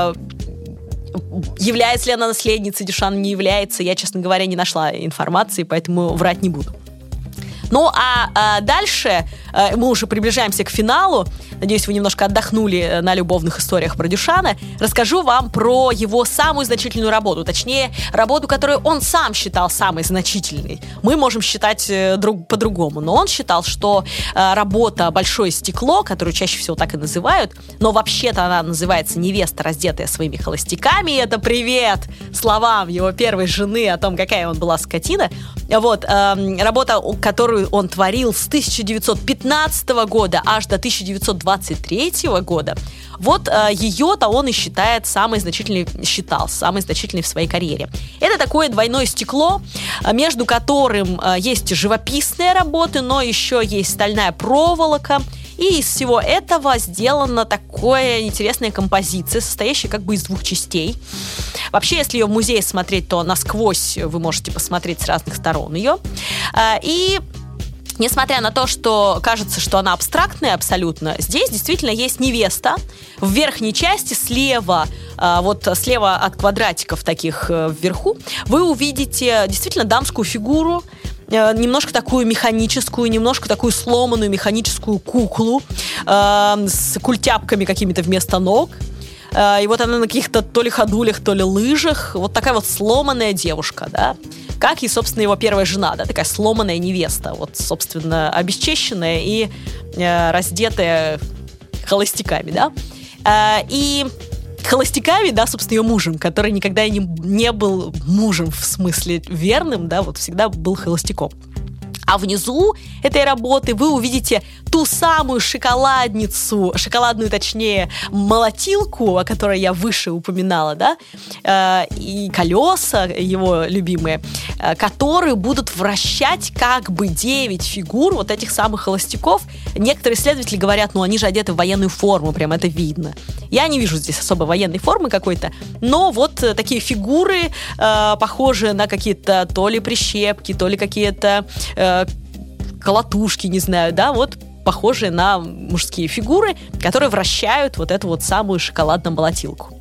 [SPEAKER 1] является ли она наследницей Дюшана, не является, я, честно говоря, не нашла информации, поэтому врать не буду. Ну, а дальше мы уже приближаемся к финалу. Надеюсь, вы немножко отдохнули на любовных историях про Дюшана. Расскажу вам про его самую значительную работу. Точнее, работу, которую он сам считал самой значительной. Мы можем считать по-другому. Но он считал, что работа «Большое стекло», которую чаще всего так и называют, но вообще-то она называется «Невеста, раздетая своими холостяками». И это привет словам его первой жены о том, какая он была скотина. Вот, работа, которую он творил с 1915 года аж до 1923 года, вот ее-то он и считал самой значительной в своей карьере. Это такое двойное стекло, между которым есть живописные работы, но еще есть стальная проволока. И из всего этого сделана такая интересная композиция, состоящая как бы из двух частей. Вообще, если ее в музее смотреть, то насквозь вы можете посмотреть с разных сторон ее. И несмотря на то, что кажется, что она абстрактная абсолютно, здесь действительно есть невеста. В верхней части слева, вот слева от квадратиков таких вверху, вы увидите действительно дамскую фигуру, немножко такую механическую, немножко такую сломанную механическую куклу с культяпками какими-то вместо ног. И вот она на каких-то то ли ходулях, то ли лыжах. Вот такая вот сломанная девушка, да. Как и, собственно, его первая жена, да, такая сломанная невеста. Вот, собственно, обесчещенная и раздетая холостяками, да. И холостяками, да, собственно, ее мужем, который никогда не был мужем в смысле верным, да, вот всегда был холостяком. А внизу этой работы вы увидите ту самую шоколадную, точнее, молотилку, о которой я выше упоминала, да, и колеса его любимые, которые будут вращать как бы 9 фигур вот этих самых холостяков. Некоторые исследователи говорят, ну, они же одеты в военную форму, прям это видно. Я не вижу здесь особо военной формы какой-то, но вот такие фигуры, похожие на какие-то то ли прищепки, то ли какие-то колотушки, не знаю, да, вот похожие на мужские фигуры, которые вращают вот эту вот самую шоколадную молотилку.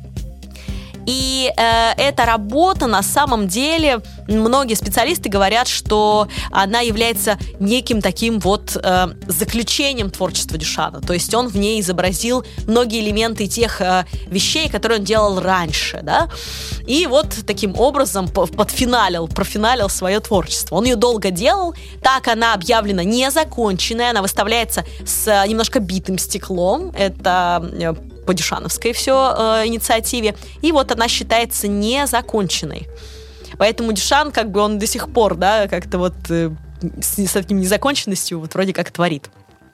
[SPEAKER 1] И эта работа, на самом деле, многие специалисты говорят, что она является неким таким вот заключением творчества Дюшана. То есть он в ней изобразил многие элементы тех вещей, которые он делал раньше, да. И вот таким образом профиналил свое творчество. Он ее долго делал, так она объявлена незаконченной, она выставляется с немножко битым стеклом. Это по дюшановской все инициативе. И вот она считается незаконченной. Поэтому Дюшан, как бы он до сих пор, да, как-то вот с таким незаконченностью вот вроде как творит.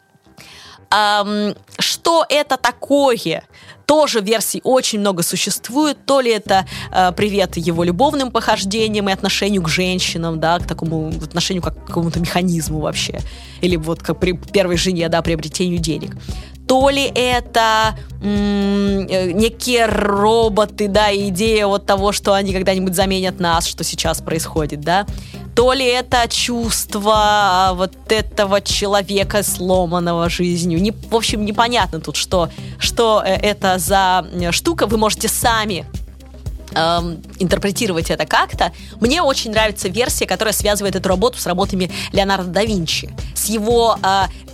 [SPEAKER 1] Что это такое? Тоже версий очень много существует. То ли это привет его любовным похождениям и отношению к женщинам, да, к такому отношению как к какому-то механизму вообще. Или вот как при первой жене, да, приобретению денег. То ли это некие роботы, да, идея вот того, что они когда-нибудь заменят нас, что сейчас происходит, да. То ли это чувство вот этого человека, сломанного жизнью. В общем, непонятно тут, что это за штука. Вы можете сами интерпретировать это как-то. Мне очень нравится версия, которая связывает эту работу с работами Леонардо да Винчи, с его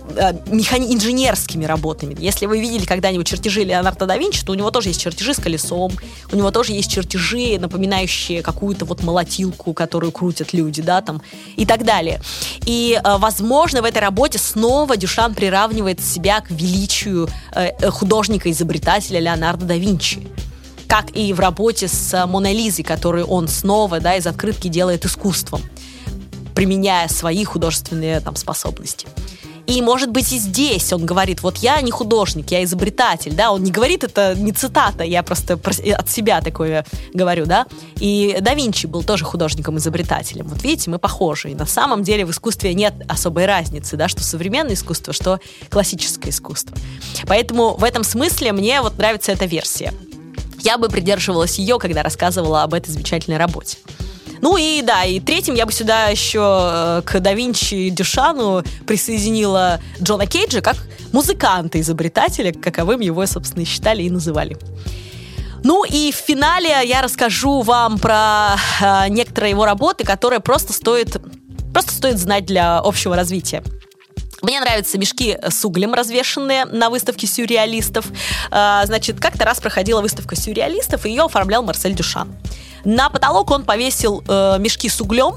[SPEAKER 1] инженерскими работами. Если вы видели когда-нибудь чертежи Леонардо да Винчи, то у него тоже есть чертежи с колесом, у него тоже есть чертежи, напоминающие какую-то вот молотилку, которую крутят люди, да, там, и так далее. И, возможно, в этой работе снова Дюшан приравнивает себя к величию художника-изобретателя Леонардо да Винчи. Как и в работе с Моной Лизой, которую он снова, да, из открытки делает искусством, применяя свои художественные там способности. И, может быть, и здесь он говорит, вот я не художник, я изобретатель, да, он не говорит, это не цитата, я просто от себя такое говорю, да, и да Винчи был тоже художником-изобретателем, вот видите, мы похожи, и на самом деле в искусстве нет особой разницы, да, что современное искусство, что классическое искусство, поэтому в этом смысле мне вот нравится эта версия, я бы придерживалась ее, когда рассказывала об этой замечательной работе. Ну и да, и третьим я бы сюда еще к да Винчи и Дюшану присоединила Джона Кейджа как музыканта-изобретателя, каковым его, собственно, и считали и называли. Ну и в финале я расскажу вам про некоторые его работы, которые просто стоит знать для общего развития. Мне нравятся мешки с углем, развешенные на выставке сюрреалистов. Значит, как-то раз проходила выставка сюрреалистов, и ее оформлял Марсель Дюшан. На потолок он повесил мешки с углем,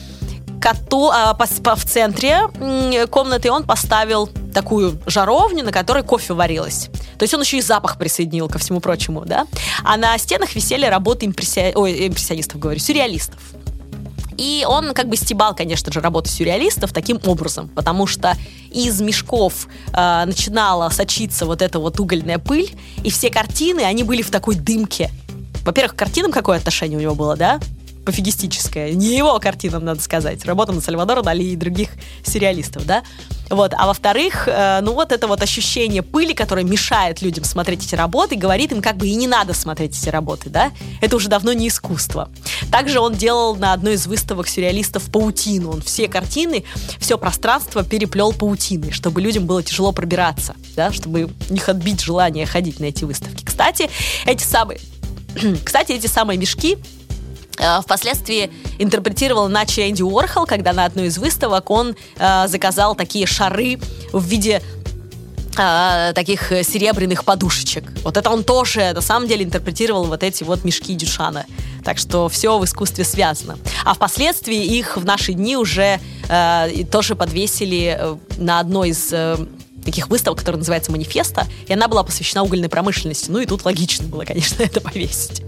[SPEAKER 1] в центре комнаты он поставил такую жаровню, на которой кофе варилось. То есть он еще и запах присоединил ко всему прочему, да? А на стенах висели работы сюрреалистов. И он как бы стебал, конечно же, работы сюрреалистов таким образом, потому что из мешков начинала сочиться вот эта вот угольная пыль, и все картины, они были в такой дымке. Во-первых, к картинам какое отношение у него было, да? Пофигистическое. Не его картинам, надо сказать. Работа на Сальвадора Дали и других сюрреалистов, да? Вот. А во-вторых, вот это вот ощущение пыли, которое мешает людям смотреть эти работы, говорит им, как бы и не надо смотреть эти работы, да? Это уже давно не искусство. Также он делал на одной из выставок сюрреалистов паутину. Он все картины, все пространство переплел паутиной, чтобы людям было тяжело пробираться, да? Чтобы у них отбить желание ходить на эти выставки. Кстати, эти самые мешки впоследствии интерпретировал иначе Энди Уорхол, когда на одной из выставок он заказал такие шары в виде таких серебряных подушечек. Вот это он тоже, на самом деле, интерпретировал вот эти вот мешки Дюшана. Так что все в искусстве связано. А впоследствии их в наши дни уже тоже подвесили на одной из таких выставок, которая называется «Манифеста», и она была посвящена угольной промышленности. Ну и тут логично было, конечно, это повесить.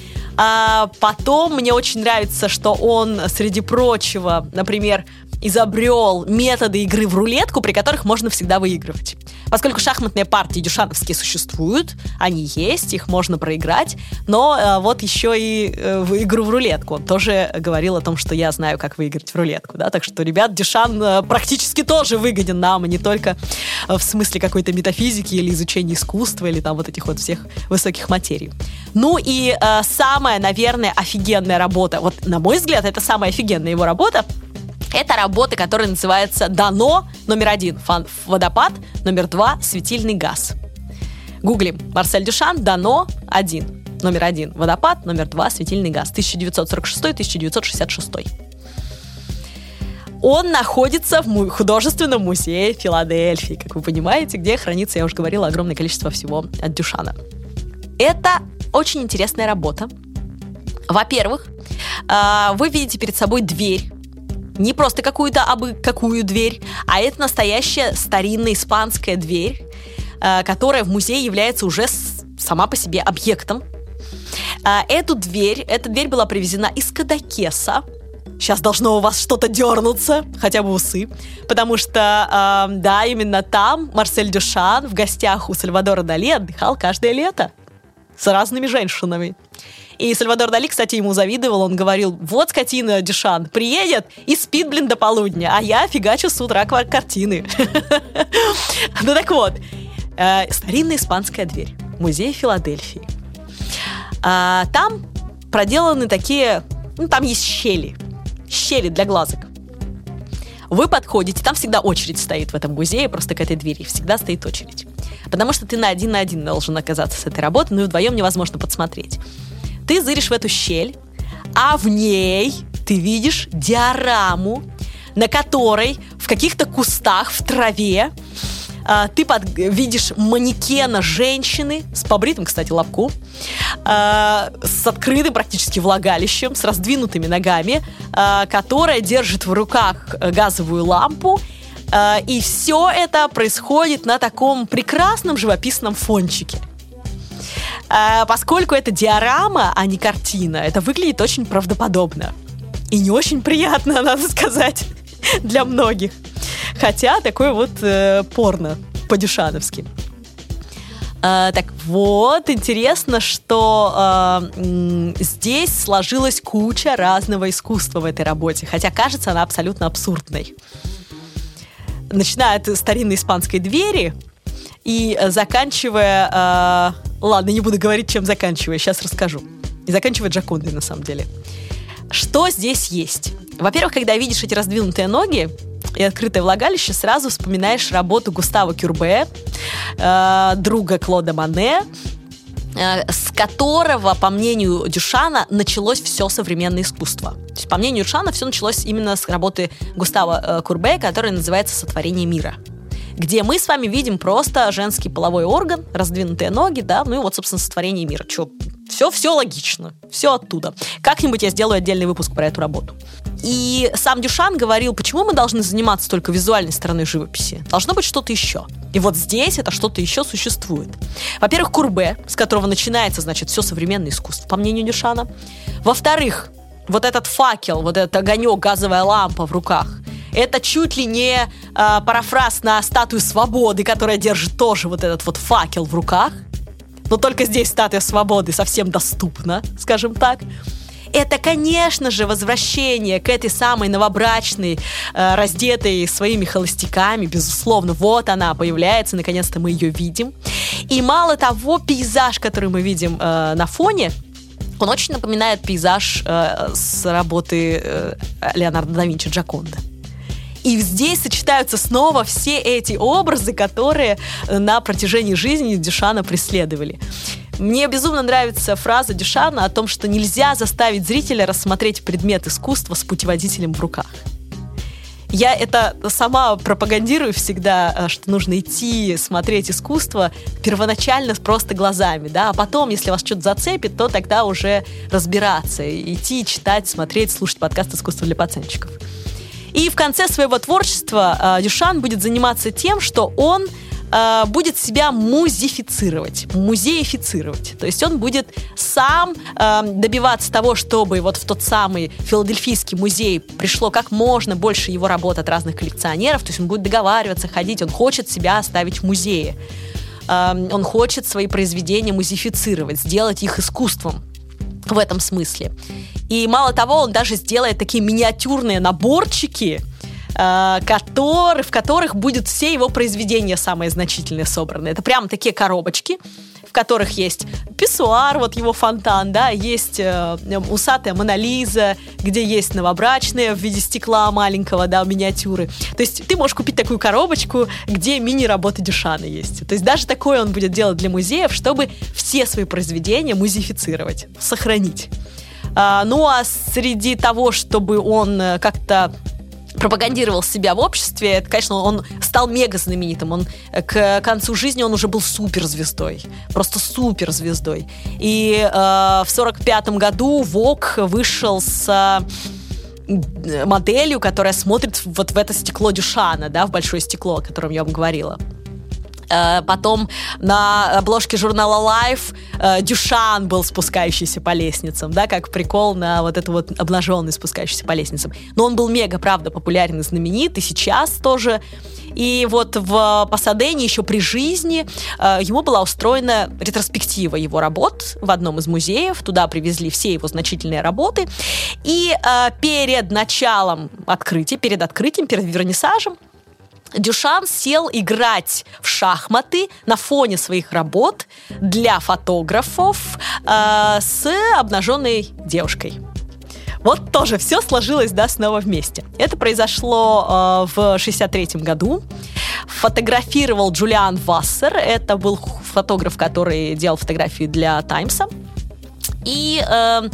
[SPEAKER 1] А потом мне очень нравится, что он, среди прочего, например, изобрел методы игры в рулетку, при которых можно всегда выигрывать. Поскольку шахматные партии дюшановские существуют, они есть, их можно проиграть, но вот еще и в игру в рулетку. Он тоже говорил о том, что я знаю, как выиграть в рулетку, да, так что, ребят, Дюшан практически тоже выгоден нам, и не только в смысле какой-то метафизики или изучения искусства, или там вот этих вот всех высоких материй. Ну и самая, наверное, офигенная работа, вот на мой взгляд, это самая офигенная его работа, это работа, которая называется «Дано» номер 1 водопад, номер 2 светильный газ. Гуглим. Марсель Дюшан, «Дано» номер 1 водопад, номер 2 светильный газ. 1946-1966. Он находится в художественном музее Филадельфии, как вы понимаете, где хранится, я уже говорила, огромное количество всего от Дюшана. Это очень интересная работа. Во-первых, вы видите перед собой дверь. Не просто какую-то какую дверь, а это настоящая старинная испанская дверь, которая в музее является уже сама по себе объектом. Эта дверь была привезена из Кадакеса. Сейчас должно у вас что-то дернуться, хотя бы усы, потому что, да, именно там Марсель Дюшан в гостях у Сальвадора Дали отдыхал каждое лето с разными женщинами. И Сальвадор Дали, кстати, ему завидовал, он говорил: вот скотина Дюшан приедет и спит, до полудня, а я фигачу с утра картины. Ну так вот, старинная испанская дверь, музей Филадельфии. Там проделаны такие, там есть щели для глазок. Вы подходите, там всегда очередь стоит в этом музее, просто к этой двери всегда стоит очередь. Потому что ты на один должен оказаться с этой работой, ну и вдвоем невозможно подсмотреть. Ты зыришь в эту щель, а в ней ты видишь диораму на которой в каких-то кустах, в траве ты видишь манекена женщины с побритым, кстати, лобку, с открытым практически влагалищем, с раздвинутыми ногами, которая держит в руках газовую лампу. И все это происходит на таком прекрасном живописном фончике. Поскольку это диорама, а не картина, это выглядит очень правдоподобно. И не очень приятно, надо сказать, для многих. Хотя такое вот порно по-дюшановски. Так вот, интересно, что здесь сложилась куча разного искусства в этой работе, хотя кажется она абсолютно абсурдной. Начиная от старинной испанской двери и заканчивая... ладно, не буду говорить, чем заканчивая, сейчас расскажу. И заканчивая Джокондой, на самом деле. Что здесь есть? Во-первых, когда видишь эти раздвинутые ноги и открытое влагалище, сразу вспоминаешь работу Густава Кюрбе, друга Клода Моне, с которого, по мнению Дюшана, началось все современное искусство. То есть, по мнению Дюшана, все началось именно с работы Густава Кюрбе, которая называется «Сотворение мира», где мы с вами видим просто женский половой орган, раздвинутые ноги, да, ну и вот, собственно, сотворение мира. Все логично, все оттуда. Как-нибудь я сделаю отдельный выпуск про эту работу. И сам Дюшан говорил, почему мы должны заниматься только визуальной стороной живописи? Должно быть что-то еще. И вот здесь это что-то еще существует. Во-первых, Кюрбе, с которого начинается, значит, все современное искусство, по мнению Дюшана. Во-вторых, вот этот факел, вот этот огонек, газовая лампа в руках, это чуть ли не парафраз на статую свободы, которая держит тоже вот этот вот факел в руках. Но только здесь статуя свободы совсем доступна, скажем так. Это, конечно же, возвращение к этой самой новобрачной, раздетой своими холостяками, безусловно. Вот она появляется, наконец-то мы ее видим. И мало того, пейзаж, который мы видим на фоне, он очень напоминает пейзаж с работы Леонардо да Винчи «Джоконда». И здесь сочетаются снова все эти образы, которые на протяжении жизни Дюшана преследовали. Мне безумно нравится фраза Дюшана о том, что нельзя заставить зрителя рассмотреть предмет искусства с путеводителем в руках. Я это сама пропагандирую всегда, что нужно идти смотреть искусство первоначально просто глазами, да, а потом, если вас что-то зацепит, то тогда уже разбираться, идти, читать, смотреть, слушать подкаст «Искусство для пацанчиков». И в конце своего творчества Дюшан будет заниматься тем, что он будет себя музеифицировать. То есть он будет сам добиваться того, чтобы вот в тот самый Филадельфийский музей пришло как можно больше его работ от разных коллекционеров. То есть он будет договариваться, ходить. Он хочет себя оставить в музее. Он хочет свои произведения музеифицировать, сделать их искусством в этом смысле. И мало того, он даже сделает такие миниатюрные наборчики, в которых будут все его произведения самые значительные собраны. Это прямо такие коробочки, в которых есть писсуар, вот его фонтан, да, есть усатая Мона Лиза, где есть новобрачные в виде стекла маленького, да, миниатюры. То есть ты можешь купить такую коробочку, где мини-работы Дюшана есть. То есть даже такое он будет делать для музеев, чтобы все свои произведения музеифицировать, сохранить. Ну а среди того, чтобы он как-то пропагандировал себя в обществе, это, конечно, он стал мега знаменитым. Он к концу жизни он уже был суперзвездой. Просто суперзвездой. И в 1945 году Vogue вышел с моделью, которая смотрит вот в это стекло Дюшана, да, в большое стекло, о котором я вам говорила. Потом на обложке журнала Life Дюшан был спускающийся по лестницам, да, как прикол на вот это вот обнаженный спускающийся по лестницам. Но он был мега, правда, популярен и знаменит, и сейчас тоже. И вот в Пасадене еще при жизни ему была устроена ретроспектива его работ в одном из музеев. Туда привезли все его значительные работы. И перед началом открытия, перед вернисажем, Дюшан сел играть в шахматы на фоне своих работ для фотографов с обнаженной девушкой. Вот тоже все сложилось, да, снова вместе. Это произошло в 1963 году. Фотографировал Джулиан Вассер. Это был фотограф, который делал фотографии для Таймса. И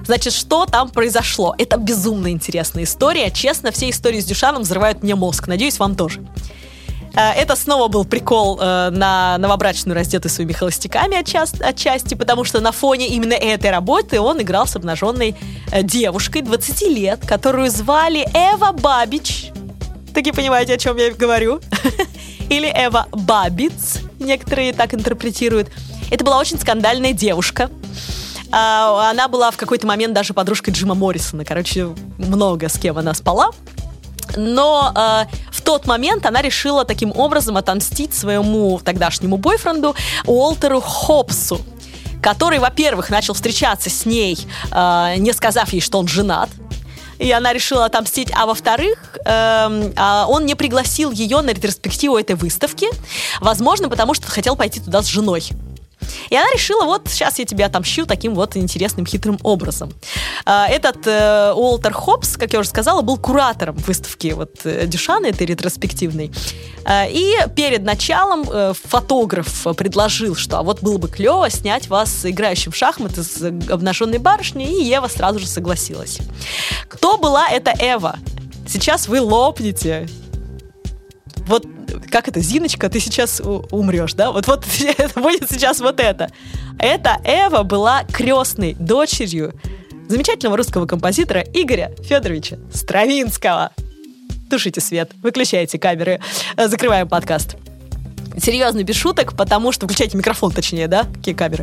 [SPEAKER 1] Значит, что там произошло? Это безумно интересная история. Честно, все истории с Дюшаном взрывают мне мозг. Надеюсь, вам тоже. Это снова был прикол на новобрачную, раздетую своими холостяками отчасти, потому что на фоне именно этой работы он играл с обнаженной девушкой 20 лет, которую звали Эва Бабич. Таки понимаете, о чем я говорю? Или Эва Бабиц, некоторые так интерпретируют. Это была очень скандальная девушка. Она была в какой-то момент даже подружкой Джима Моррисона. Короче, много с кем она спала. Но в тот момент она решила таким образом отомстить своему тогдашнему бойфренду Уолтеру Хопсу, который, во-первых, начал встречаться с ней, не сказав ей, что он женат. И она решила отомстить. А во-вторых, он не пригласил ее на ретроспективу этой выставки. Возможно, потому что хотел пойти туда с женой. И она решила, вот сейчас я тебя отомщу таким вот интересным, хитрым образом. Этот Уолтер Хопс, как я уже сказала, был куратором выставки вот Дюшана, этой ретроспективной. И перед началом фотограф предложил, что а вот было бы клево снять вас играющим в шахматы с обнаженной барышней, и Ева сразу же согласилась. Кто была эта Эва? Сейчас вы лопнете. Вот как это, Зиночка, ты сейчас умрешь, да? Вот это будет сейчас вот это. Эта Эва была крестной дочерью замечательного русского композитора Игоря Федоровича Стравинского. Тушите свет, выключайте камеры, закрываем подкаст. Серьезно, без шуток, потому что... Выключайте микрофон, точнее, да? Какие камеры?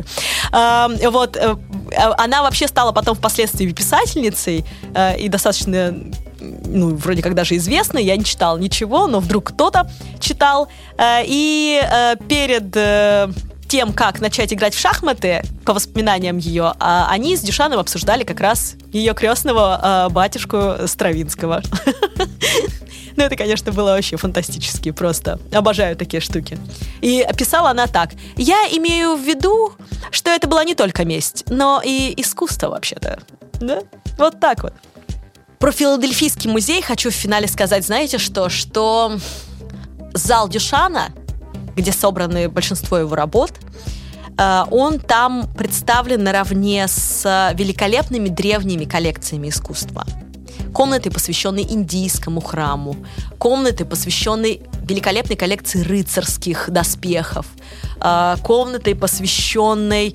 [SPEAKER 1] Она вообще стала потом впоследствии писательницей и достаточно... вроде как даже известно, я не читала ничего, но вдруг кто-то читал. И перед тем, как начать играть в шахматы, по воспоминаниям ее, они с Дюшаном обсуждали как раз ее крестного батюшку Стравинского. Ну, это, конечно, было вообще фантастически просто. Обожаю такие штуки. И писала она так. Я имею в виду, что это была не только месть, но и искусство, вообще-то. Да? Вот так вот. Про Филадельфийский музей хочу в финале сказать, знаете что? Что зал Дюшана, где собраны большинство его работ, он там представлен наравне с великолепными древними коллекциями искусства. Комнаты, посвященные индийскому храму, комнаты, посвященные великолепной коллекции рыцарских доспехов, комнаты, посвященной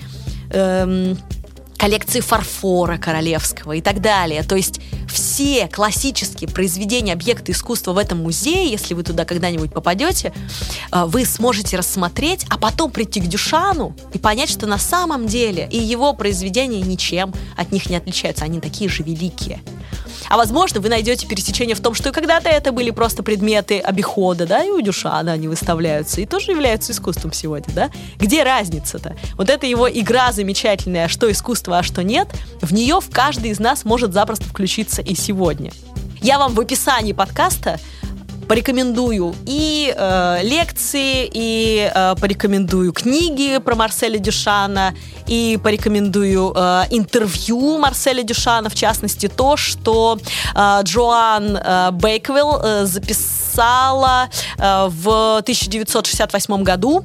[SPEAKER 1] коллекции фарфора королевского и так далее. То есть все классические произведения, объекты искусства в этом музее, если вы туда когда-нибудь попадете, вы сможете рассмотреть, а потом прийти к Дюшану и понять, что на самом деле и его произведения ничем от них не отличаются. Они такие же великие. А возможно, вы найдете пересечение в том, что и когда-то это были просто предметы обихода, да, и у Дюшана они выставляются, и тоже являются искусством сегодня, да? Где разница-то? Вот эта его игра замечательная, что искусство, а что нет, в нее каждый из нас может запросто включиться и сегодня. Я вам в описании подкаста порекомендую и лекции, и порекомендую книги про Марселя Дюшана, и порекомендую интервью Марселя Дюшана, в частности, то, что Джоан Бейквилл записала в 1968 году.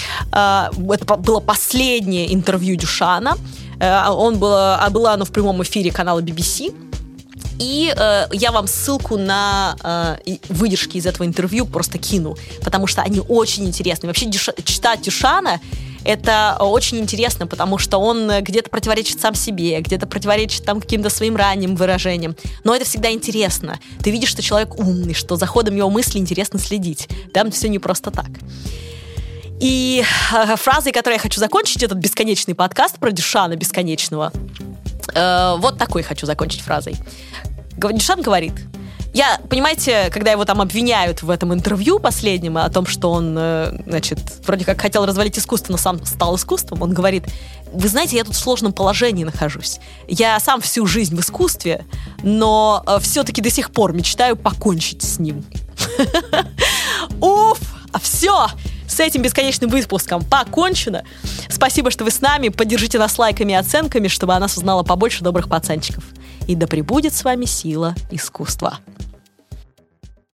[SPEAKER 1] Это было последнее интервью Дюшана. Было оно в прямом эфире канала BBC. И я вам ссылку на выдержки из этого интервью просто кину, потому что они очень интересны. Вообще читать Дюшана — это очень интересно, потому что он где-то противоречит сам себе, где-то противоречит там каким-то своим ранним выражениям. Но это всегда интересно. Ты видишь, что человек умный, что за ходом его мысли интересно следить. Там все не просто так. И фразой, которой я хочу закончить этот бесконечный подкаст про Дюшана бесконечного, вот такой хочу закончить фразой. Дюшан говорит: я, понимаете, когда его там обвиняют в этом интервью последнем о том, что он, значит, вроде как хотел развалить искусство, но сам стал искусством, он говорит: вы знаете, я тут в сложном положении нахожусь. Я сам всю жизнь в искусстве, но все-таки до сих пор мечтаю покончить с ним. Уф! Все! С этим бесконечным выпуском покончено. Спасибо, что вы с нами. Поддержите нас лайками и оценками, чтобы о нас узнало побольше добрых пацанчиков. И да пребудет с вами сила искусства.